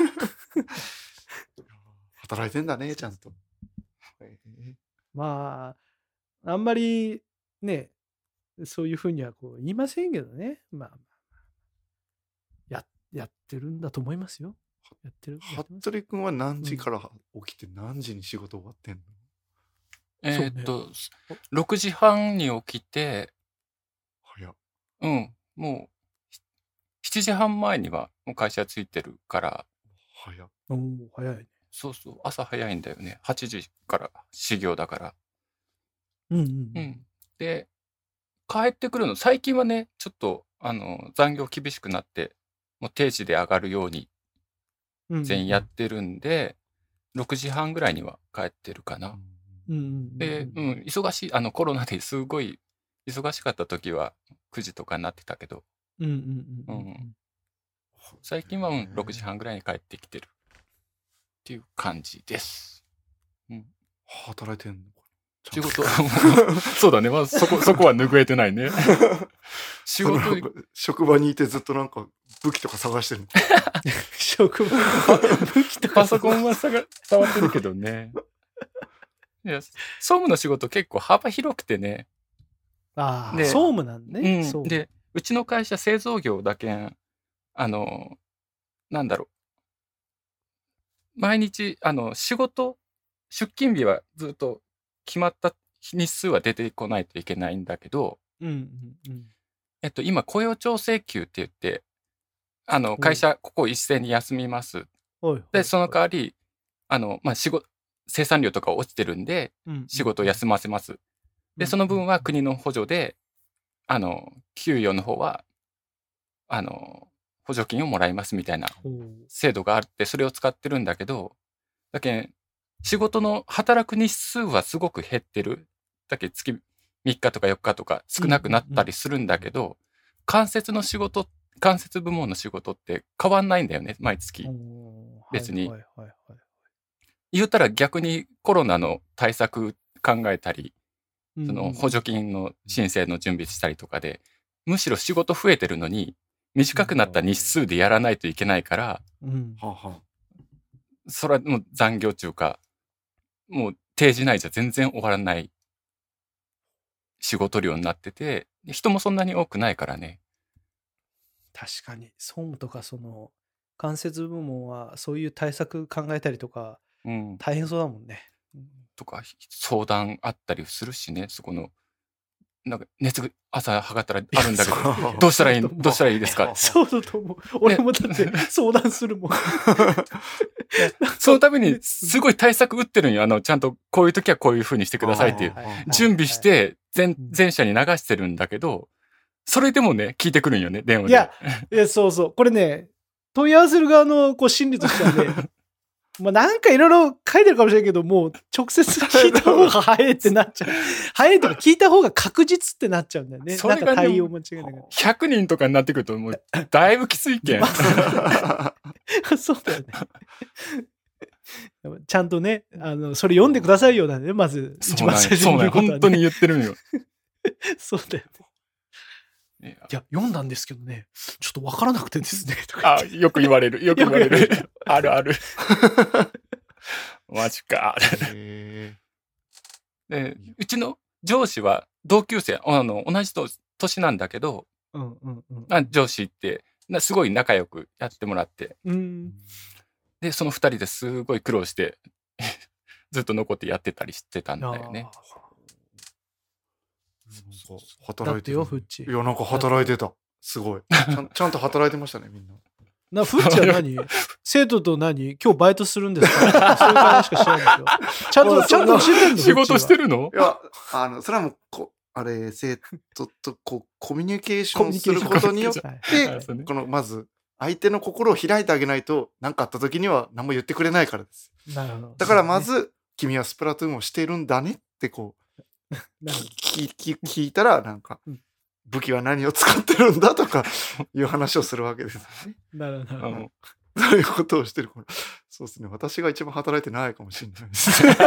働いてんだね、ちゃんと。 まあ、あんまりね、そういうふうにはこう言いませんけどね。まあ、や、やってるんだと思いますよ。やってる。やってます服部君は何時から起きて何時に仕事終わってんの？ えーっと、ろくじはんに起きて、 早っ。 うん、もう、しちじはん前にはもう会社着いてるから、 早っ。 おー早いね。 そうそう、朝早いんだよね。はちじから始業だから。 うんうんううん。 ん。で、帰ってくるの、最近はね、ちょっと、あの、残業厳しくなって、もう定時で上がるようにうんうん全員やってるんで、ろくじはんぐらいには帰ってるかな。 うんうんうんで、うん、忙しい、あの、コロナですごい忙しかった時はくじとかになってたけど、 うんうんうんうんうん最近は、うん、ろくじはんぐらいに帰ってきてるっていう感じです。うん、 働いてんの？ 仕事、そうだね、まあ、そこ、そこは拭えてないね。仕事、 その職場にいてずっとなんか武器とか探してるの？ 職場の武器とかパソコンはさが触ってるけどね。いや、総務の仕事結構幅広くてね。 ああ、 で総務なんね。 うん。 総務で、うちの会社製造業だけん、あの、なんだろう。毎日、あの、仕事、出勤日はずっと決まった日数は出てこないといけないんだけど、 うんうんうん。 えっと、今、雇用調整給って言って、あの、会社、ここ一斉に休みます。 はいで、その代わり、あの、まあ、仕事、生産量とか落ちてるんで、仕事を休ませます。で、その分は国の補助で、あの、給与の方は、あの、補助金をもらいますみたいな制度があって、それを使ってるんだけど、だけん、仕事の働く日数はすごく減ってる。だけど月みっかとかよっかとか少なくなったりするんだけど、間接の仕事、間接部門の仕事って変わんないんだよね、毎月。別に。言ったら逆にコロナの対策考えたり、その補助金の申請の準備したりとかで、むしろ仕事増えてるのに、短くなった日数でやらないといけないから、 うん、 それはもう残業中か、もう定時内じゃ全然終わらない仕事量になってて、人もそんなに多くないからね。 確かに、総務とかその、間接部門はそういう対策考えたりとか、 うん、 大変そうだもんね。 とか相談あったりするしね、そこの、なんか熱が朝測ったらあるんだけど、 そうどうしたらいい、 そうだと思うどうしたらいいですか。 そうだと思う。俺もだって相談するもん。 そのためにすごい対策打ってるんよ。あの、ちゃんとこういう時はこういう風にしてくださいっていう。 はいはいはい準備して全うん全社に流してるんだけど、それでもね、聞いてくるんよね、電話で。 いや、いや、そうそう。これね、問い合わせる側のこう心理としてはね、まあなんかいろいろ書いてるかもしれないけど、もう直接聞いた方が早いってなっちゃう。早いとか聞いた方が確実ってなっちゃうんだよね。 それがねなんか対応間違いなく。 ひゃくにんとかになってくると、もう、だいぶきついけん。 そうだよね。ちゃんとね、あの、それ読んでくださいよなんでね、まず、一そうなんよ番最初そうなんよに言うことはね本当に言ってるんよ。 そうだよね。 ねいや、読んだんですけどね、ちょっとわからなくてですね、とかあ、よく言われる。よく言われよく言われる。あるある。マジか。 へで、うちの上司は同級生、あの、同じと年なんだけど、 うんうんうん。 まあ上司って、なすごい仲良くやってもらって、 うん。 で、その二人ですごい苦労して、ずっと残ってやってたりしてたんだよね。 ーなんかだ働いてるってよ、フッチい。やなんか働いてたすごいちゃんちゃんと働いてましたねみんなな、フッチは何生徒と何今日バイトするんですかそういう会話しかしてないんですよ。ちゃんと、ちゃんと教えてんの仕事してるるのいやあのそれはもうこあれ生徒とこうコミュニケーションすることによってあそうねこのまず相手の心を開いてあげないと何かあった時には何も言ってくれないからですなるほど。 だからまず、君はスプラトゥーンをしてるんだねってこうなるほど聞聞聞いたらなんか、 うん武器は何を使ってるんだとかいう話をするわけですよね。 なるほど。なるほどうんそういうことをしてるからそうですね私が一番働いてないかもしれないですね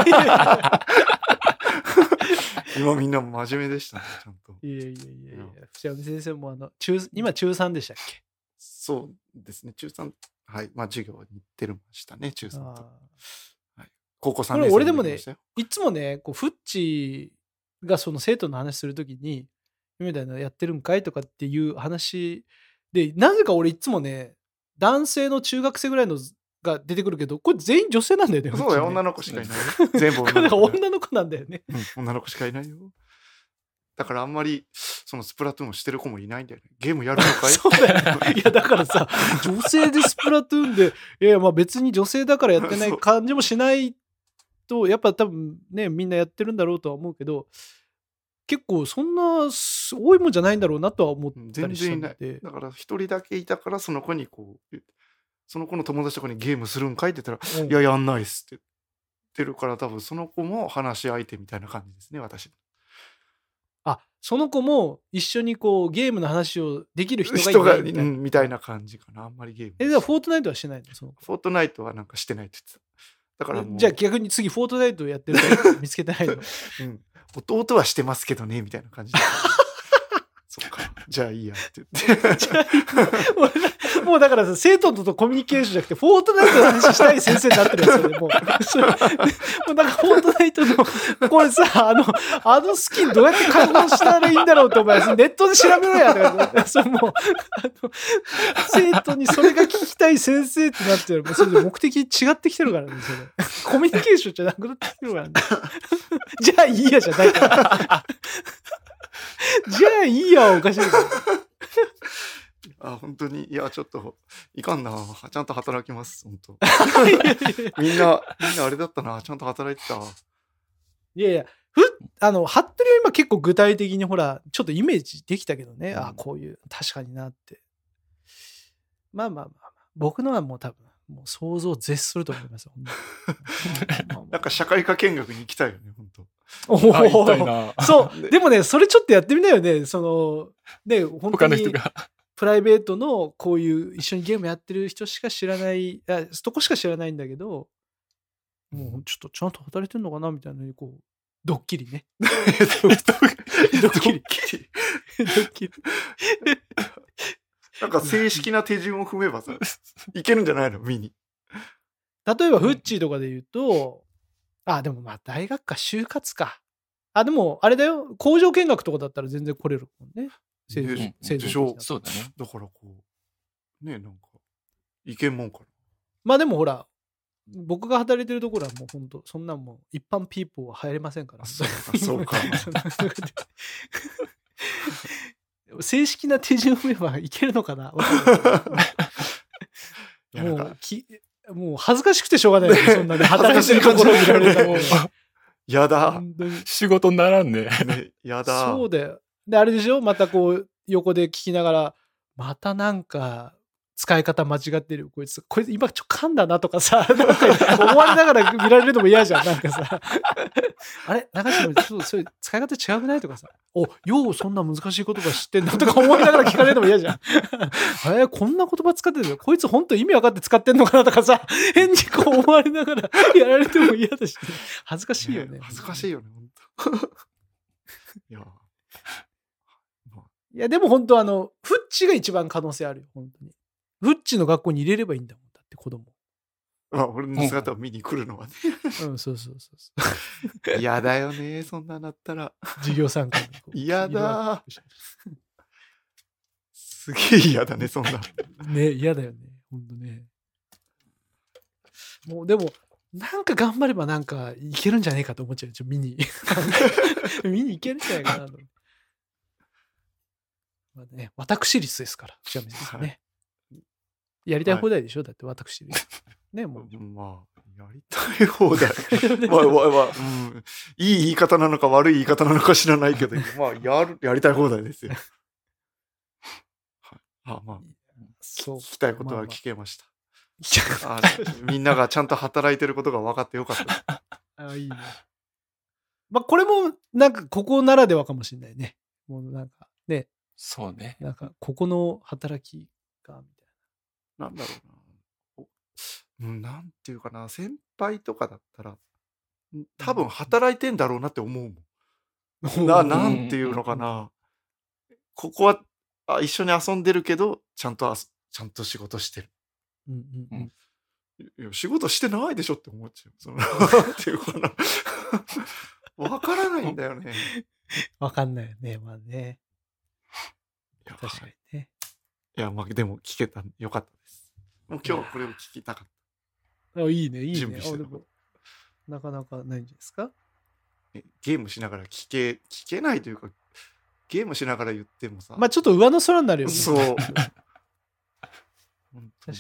今みんな真面目でしたねちゃんといやいやいやいや、藤山先生もあの、中、今中さんでしたっけそうですね中さんはいまあ授業に行ってましたね中さんとあ高校さんこ年生れ俺でもねになりましたよーいつもね、こう、フッチがその生徒の話するときに、みたいなやってるんかいとかっていう話で、なぜか俺いつもね、男性の中学生ぐらいのが出てくるけど、これ全員女性なんだよね。 そうだよ女のの子しかいないよ全部これなんか女の子だよ女の子なんだよね。 うん女の子しかいないよだからあんまりそのスプラトゥーンをしてる子もいないんだよねゲームやるのかいそうだよ。いや、だからさ、女性でスプラトゥーンで、いやいや、まあ別に女性だからやってない感じもしないと、やっぱ多分ね、みんなやってるんだろうとは思うけど、結構そんなす多いもんじゃないんだろうなとは思った全りした然いないので。 だから一人だけいたからその子にこうその子の友達とかにゲームするんかいって言ったら、 うんいややんないっすって言ってるから多分その子も話し相手みたいな感じですね私あ、その子も一緒にこうゲームの話をできる人がい人がないみたいな。 うんみたいな感じかなあんまりゲームえ、じゃあフォートナイトはしてないのその子フォートナイトはなんかしてないって言ってただからもうじゃあ逆に次フォートナイトをやってる子見つけてないのうん、弟はしてますけどねみたいな感じでそっかじゃあいいやって言ってじゃあもうもうだからさ、生徒とコミュニケーションじゃなくて、フォートナイトの話したい先生になってるやつよね、もう。それもうなんかフォートナイトの、これさ、あの、あのスキンどうやって解放したらいいんだろうってお前、ネットで調べろやとか、それもう、あの、生徒にそれが聞きたい先生ってなってる。もうそれで目的違ってきてるからね、それ。コミュニケーションじゃなくなってきてるからね。じゃあいいやじゃないから。じゃあいいや、おかしいから。 あ本当にいやちょっといかんなちゃんと働きます本当みんなみんなあれだったなちゃんと働いてたわいやいや、ふあの、服部は今結構具体的にほら、ちょっとイメージできたけどね、 うんあこういう、確かになって。まあまあまあまあ、僕のはもう多分、もう想像を絶すると思いますよ。ほんとなんか社会科見学に行きたいよね本当おあ、行きたいーな。 そう、でもね、それちょっとやってみなよね。その、ね、本当に他の人が。 プライベートのこういう一緒にゲームやってる人しか知らない、あそこしか知らないんだけど、もうちょっとちゃんと働いてんのかなみたいな、こう、ドッキリね。ドッキリ。ドッキリ。 なんか正式な手順を踏めばさいけるんじゃないの見に例えば、フッチーとかで言うと、あ、でもまあ大学か、就活か。あ、でも、あれだよ、工場見学とかだったら全然来れるもんね。製造で製造でしょ的なそうだね。 だからこうねなんかいけんもんかまあでもほら、 僕が働いてるところはもう本当そんなんもう一般ピーポーは入れませんから。 そうかそうか正式な手順を踏めばいけるのかな。もうきもう恥ずかしくてしょうがない、ね、そんなね働いてるところを見られたらもうやだ仕事にならんね。 ねやだそうだよ。であれでしょ、またこう横で聞きながらまたなんか使い方間違ってるよこいつこいつ今ちょっと噛んだなとかさ、なんか思われながら見られるのも嫌じゃん。なんかさあれ中島ちょっとそれ使い方違くないとかさ、おようそんな難しい言葉知ってんのとか思いながら聞かれるのも嫌じゃんえー、こんな言葉使ってるのこいつ本当意味分かって使ってんのかなとかさ、変にこう思われながらやられても嫌だし、ね、恥ずかしいよね。 ね恥ずかしいよね本当いやいやでも本当あのフッチが一番可能性あるよ本当に。フッチの学校に入れればいいんだもん、だって子供。 あ俺の姿を見に来るのはねうんそうそうそうそう嫌だよねそんななったら授業参観嫌だすげえ嫌だねそんなね嫌だよね本当ね。もうでもなんか頑張ればなんかいけるんじゃねえかと思っちゃう。ちょ見に見に行けるんじゃないかなと。まあね、私立ですからちなみにですね、はい、やりたい放題でしょ、はい、だって私立ねもうまあやりたい放題まあ、まあまあうん、いい言い方なのか悪い言い方なのか知らないけどまあやるやりたい放題ですよあまあそう聞きたいことは聞けました、まあまあ、あみんながちゃんと働いてることが分かってよかったあいいね。まあこれもなんかここならではかもしれないね。もうなんかねそうね。 なんかここの働きがみたいな。なんだろうな。うん、なんていうかな、先輩とかだったら多分働いてんだろうなって思うもん。ななんていうのかな。ここはあ一緒に遊んでるけどちゃんとあちゃんと仕事してる。うんうんうん。いや仕事してないでしょって思っちゃう。そのなんていうかな。わからないんだよね。 わかんないよね、まあね。確かにね。 いや、まあでも聞けたよかったです。もう今日これを聞きたかった。 あいいね、いいね。 準備してたなかなかないんじゃないですか。 ゲームしながら聞け、聞けないというか、ゲームしながら言ってもさ。 まあちょっと上の空になるよね。 そう。確かに。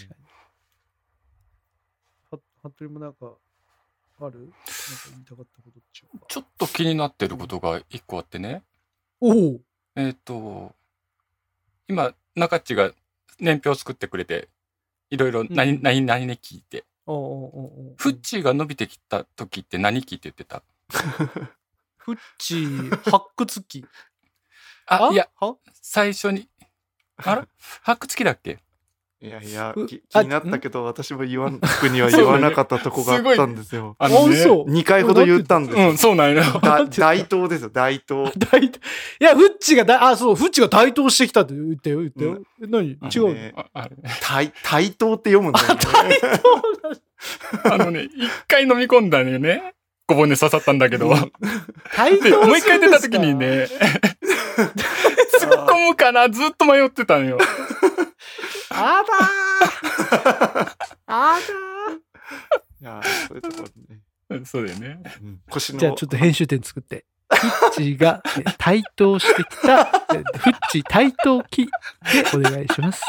服部もなんかある？なんか言いたかったことっていうか。 ちょっと気になってることが一個あってね。 おお。 えっと、今、中っちが年表作ってくれて、いろいろ何、うん、何、何ね聞いて。 おうおうおうおう。 フッチーが伸びてきた時って何期って言ってた？ フッチー、発掘期。 あ、いや、最初に。あら発掘期だっけ？ いやいや、気になったけど、私も言わん、僕には言わなかったとこがあったんですよ。 あのね、 にかいほど言ったんですよ。 うん、そうなんよ。 大東ですよ、大東。 大東。いや、フッチがだ、あ、そう、フッチが大東してきたって言ってよ、言ってよ。うん、何違う、ね、 大、大東って読むんだよね。 大東あのね、一回飲み込んだのよね。小骨刺さったんだけど。 大東もう一回出た時にね、突っ込むかな、ずっと迷ってたのよ。 あだーあだーいやそういうところね。 そうだよね。 うん、腰のじゃあちょっと編集点作って。フッチが台頭してきた、フッチ台頭期でお願いします。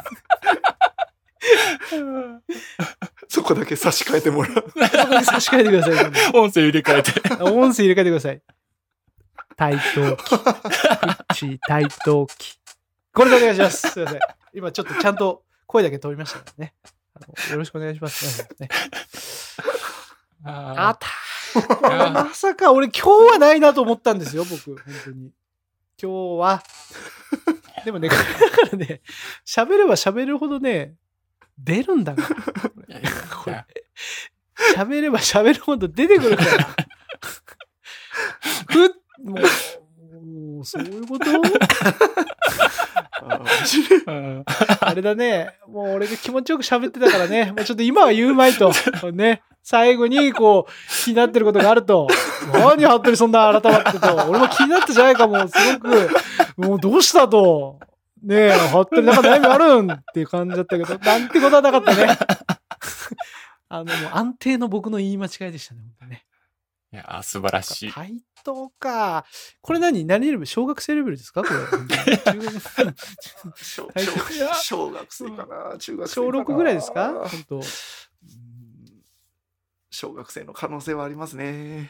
そこだけ差し替えてもらう。 そこだけ差し替えてください。 音声入れ替えて。 音声入れ替えてください。台頭期。フッチ台頭期。これでお願いします。すいません。今ちょっとちゃんと声だけ飛びましたからね。あのよろしくお願いします。ね、あったまさか俺今日はないなと思ったんですよ、僕。本当に。今日は。でもね、だからね、喋れば喋るほどね、出るんだから。喋れば喋るほど出てくるから。ふっ、もう、もうそういうことあれだね、もう俺が気持ちよく喋ってたからね、もうちょっと今は言うまいと、ね、最後にこう気になってることがあると、何服部そんな改まってと、俺も気になったじゃないかも、すごく、もうどうしたと、ねえ、服部なんか悩みあるんっていう感じだったけど、なんてことはなかったね。 あの、もう安定の僕の言い間違いでしたね、本当にね。 いやー、素晴らしい。 対等か。これ何何レベル小学生レベルですかこれ。中学小対等小小学生かな中学生かな小ろくぐらいですか本当。 うん小学生の可能性はありますね。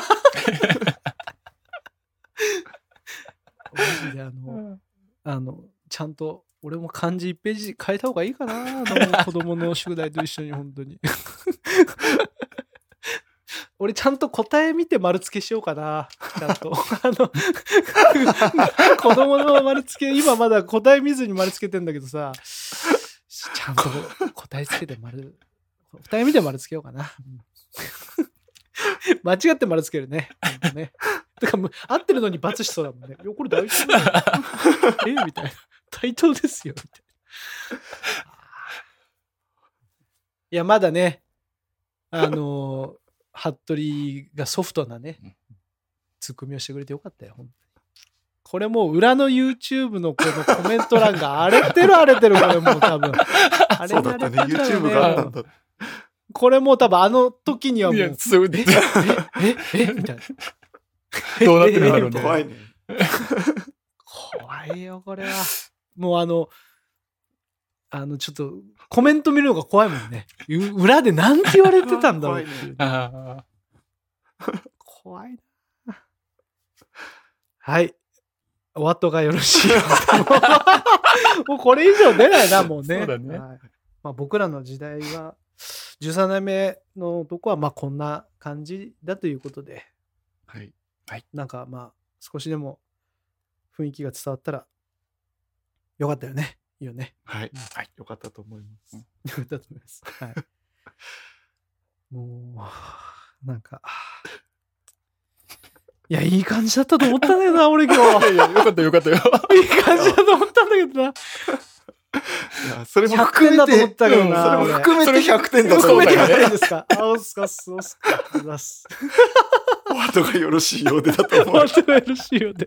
マジであの、あの、ちゃんと、俺も漢字いちページ変えた方がいいかなあの子供の宿題と一緒に、本当に。俺ちゃんと答え見て丸付けしようかな。ちゃんと。あの、子供の丸付け、今まだ答え見ずに丸付けてんだけどさ、ちゃんと答えつけて丸、答え見て丸付けようかな。うん間違って丸つけるね。ほんとね。てか、合ってるのに罰しそうだもんね。いや、これ大丈夫だよ。えみたいな。対等ですよ。みたいな。いや、まだね、あのー、服部がソフトなね、ツッコミをしてくれてよかったよ。本当にこれもう裏の YouTube のこのコメント欄が荒れてる荒れてる、これもう多分。荒れそうだったね。YouTube があったんだ。 これもう多分あの時にはもう、え、 いや、そうえ、え、え、みたいな。 どうなってるんだろうね。 怖いね。 怖いよ、これは。もうあの、あの、ちょっと、コメント見るのが怖いもんね。う裏でなんて言われてたんだろうっていう。 あ怖いな。はい。お後がよろしい。もうこれ以上出ないな、もうね。 そうだねはいまあ、僕らの時代は、じゅうさん代目の男はまあこんな感じだということで、 はい。 なんかまあ少しでも雰囲気が伝わったらよかったよね。いいよね。 はい。 はい。 よかったと思います。 よかったと思います。はい。もう、なんか、いや、いい感じだったと思ったんだよな、俺今日。 いや、よかったよかったよ。 いい感じだと思ったんだけどな。 いや、それも含めひゃくてんだと思て、 ったけどなうんそれも含めてひゃくてんだと含めて100 思ったよね。 点ですか。あ、おっすかっす、おっすか。ありがとうございます。 お後がよろしいようでだと思う。 本当がよろしいようで。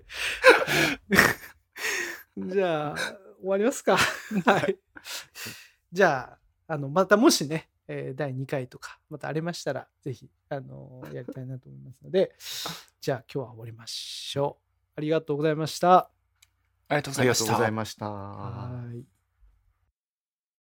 じゃあ、終わりますか。はい。じゃあ、あの、またもしね、えーだいにかいとか、またありましたら、ぜひ、あのーやりたいなと思いますので、じゃあ今日は終わりましょう。ありがとうございました。 ありがとうごありがとうざいました。 ございました。 はい。